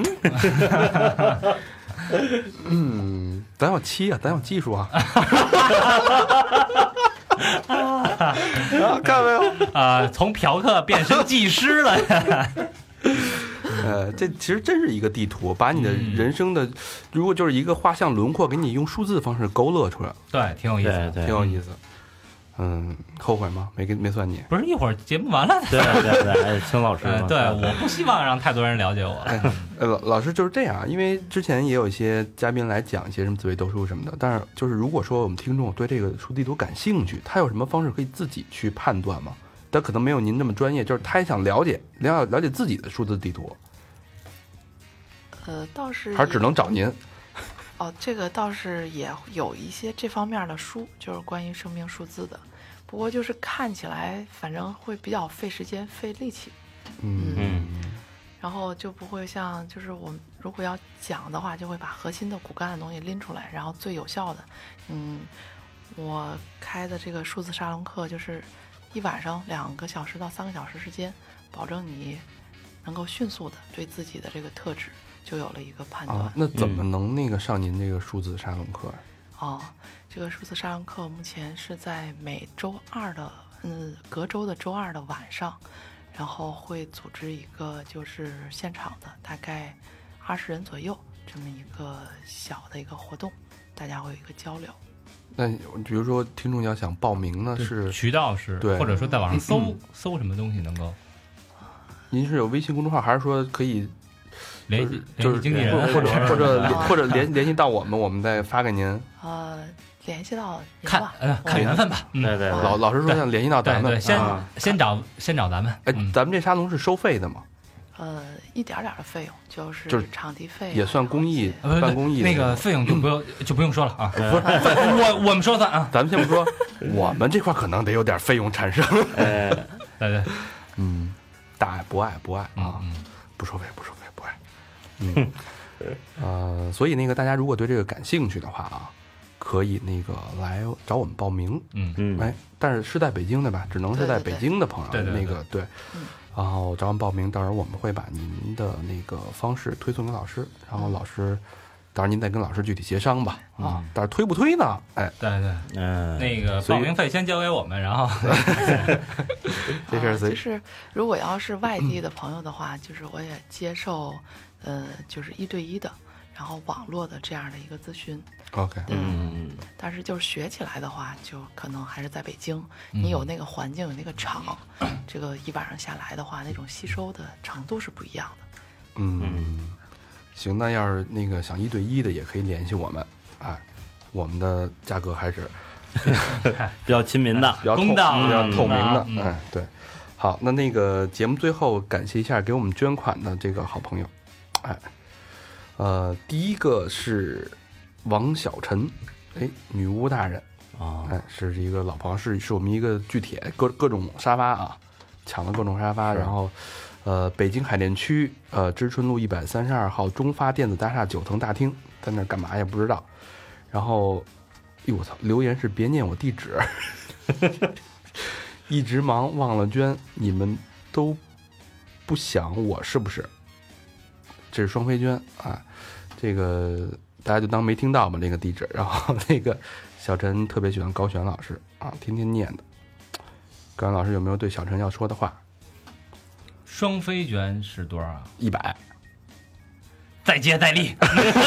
嗯，咱有七啊，咱有技术啊。啊，看没有啊、呃？从嫖客变身技师了。 呃，这其实真是一个地图，把你的人生的，如果就是一个画像轮廓，给你用数字的方式勾勒出来， 对，挺有意思， 挺有意思。嗯，后悔吗？没给没算你。 不是一会儿节目完了， 对对对，请老师、 呃。对，我不希望让太多人了解我。 哎、呃，老老师就是这样，因为之前也有一些嘉宾来讲一些什么紫微斗数什么的，但是就是如果说我们听众对这个数地图感兴趣，他有什么方式可以自己去判断吗？他可能没有您那么专业，就是他也想了解了了解自己的数字地图。 呃，倒是还是只能找您。 哦，这个倒是也有一些这方面的书，就是关于生命数字的，不过就是看起来反正会比较费时间、费力气， 嗯， 嗯然后就不会像就是我们如果要讲的话，就会把核心的骨干的东西拎出来，然后最有效的，嗯，我开的这个数字沙龙课就是一晚上两个小时到三个小时时间，保证你能够迅速的对自己的这个特质就有了一个判断。 啊、那怎么能那个上您这个数字沙龙课？ 哦，这个数字沙龙课目前是在每周二的，嗯，隔周的周二的晚上，然后会组织一个就是现场的，大概二十人左右这么一个小的一个活动，大家会有一个交流。 那比如说听众要想报名呢，是渠道是， 对， 或者说在网上搜、 嗯、 搜什么东西能够？ 您是有微信公众号，还是说可以？ 联系就是经纪人， 或者或者或者联联系到我们，我们再发给您。 呃，联系到看呃看缘分吧。 对对， 老老师说想联系到咱们， 对对，先、 啊、 先找先找咱们。 哎，咱们这沙龙是收费的吗？ 呃，一点点的费用，就是就是场地费、啊、 也算公益， 呃、 办公益那个费用就不用、嗯、就不用说了啊。不是，我我们说算啊。 咱们先不说，我们这块可能得有点费用产生。 哎， 对对， 嗯，大爱不爱不爱啊， 嗯、 不收费不收费不爱。嗯，呃，所以那个大家如果对这个感兴趣的话啊， 可以那个来找我们报名。 嗯嗯， 哎，但是是在北京的吧？只能是在北京的朋友， 对对对那个对。 嗯然后找我们报名，到时候我们会把您的那个方式推送给老师，然后老师，到时候您再跟老师具体协商吧。啊，但是推不推呢？哎， 对对， 嗯， 那个所以报名费先交给我们，然后啊， 这事儿随就是如果要是外地的朋友的话，就是我也接受，呃，就是一对一的，然后网络的这样的一个咨询。 OK， 嗯， 但是就是学起来的话，就可能还是在北京，你有那个环境，有那个场，这个一晚上下来的话，那种吸收的程度是不一样的。 嗯，行，那要是那个想一对一的，也可以联系我们。哎，我们的价格还是比较亲民的， 比较透公道比较嗯透明的。 嗯哎，对。好，那那个节目最后感谢一下给我们捐款的这个好朋友。哎，呃，第一个是王小晨，哎，女巫大人。 啊， 哎，是一个老朋友，是是我们一个聚帖，各各种沙发啊，抢了各种沙发，然后，呃，北京海淀区呃知春路一百三十二号中发电子大厦九层大厅，在那儿干嘛也不知道，然后，哟我操，留言是别念我地址，一直忙忘了捐，你们都不想我是不是？这是双飞捐啊，这个大家就当没听到吧，这个地址，然后那个。小陈特别喜欢高璇老师啊，天天念的。高璇老师有没有对小陈要说的话？ 双飞卷是多少啊？ 一百， 再接再厉，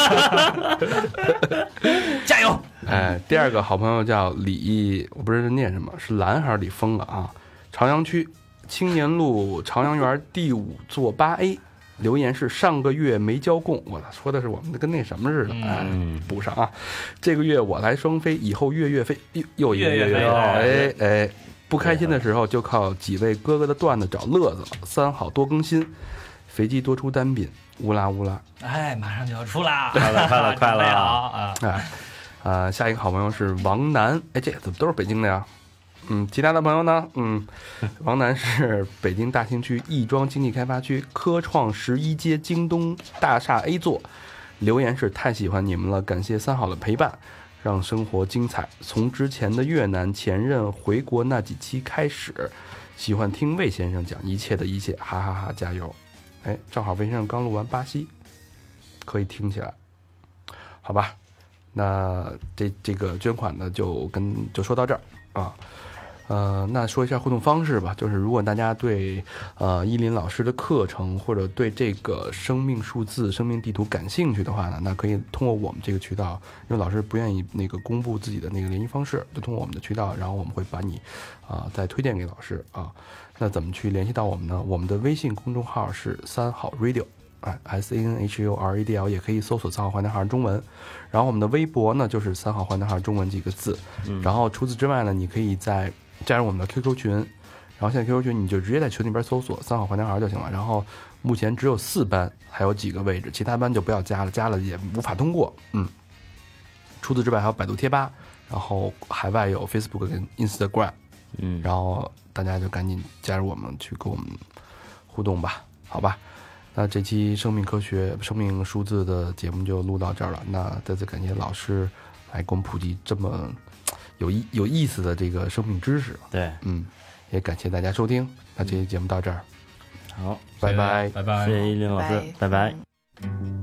加油！ 哎，第二个好朋友叫李，我不知道念什么，是蓝还是李峰了啊？朝阳区青年路朝阳园第五座八 A， 留言是上个月没交供，我说的是我们跟那什么似的，哎，补上啊。这个月我来双飞，以后月月飞，又又一个月月，哎哎，不开心的时候就靠几位哥哥的段子找乐子了。三好多更新，肥鸡多出单品，乌拉乌拉。 哎，马上就要出啦， 快了快了快了啊！ 哎，啊，下一个好朋友是王楠，哎，这怎么都是北京的呀？嗯，其他的朋友呢？嗯，王楠是北京大兴区亦庄经济开发区科创十一街京东大厦 A 座，留言是太喜欢你们了，感谢三好的陪伴，让生活精彩。从之前的越南前任回国那几期开始，喜欢听魏先生讲一切的一切，哈哈哈，加油！哎，正好魏先生刚录完巴西，可以听起来，好吧？那这这个捐款呢，就跟就说到这儿啊。呃，那说一下互动方式吧，就是如果大家对呃依林老师的课程或者对这个生命数字、生命地图感兴趣的话呢，那可以通过我们这个渠道，因为老师不愿意那个公布自己的那个联系方式，就通过我们的渠道，然后我们会把你啊、呃、再推荐给老师啊。那怎么去联系到我们呢？我们的微信公众号是三好 radio。啊 ，S A N H U R A D L 也可以搜索三好坏男孩中文，然后我们的微博呢就是三好坏男孩中文几个字， 嗯、 然后除此之外呢，你可以在加入我们的 Q Q 群，然后现在 Q Q 群你就直接在群里边搜索三好坏男孩就行了，然后目前只有四班还有几个位置，其他班就不要加了，加了也无法通过，嗯。除此之外还有百度贴吧，然后海外有 Facebook 跟 Instagram， 嗯， 然后大家就赶紧加入我们去跟我们互动吧，好吧？那这期生命科学、生命数字的节目就录到这儿了。那再次感谢老师来给我们普及这么有意有意思的这个生命知识。 对， 嗯，也感谢大家收听。那这期节目到这儿， 好， 拜拜， 拜拜， 谢谢依林老师，拜拜。 嗯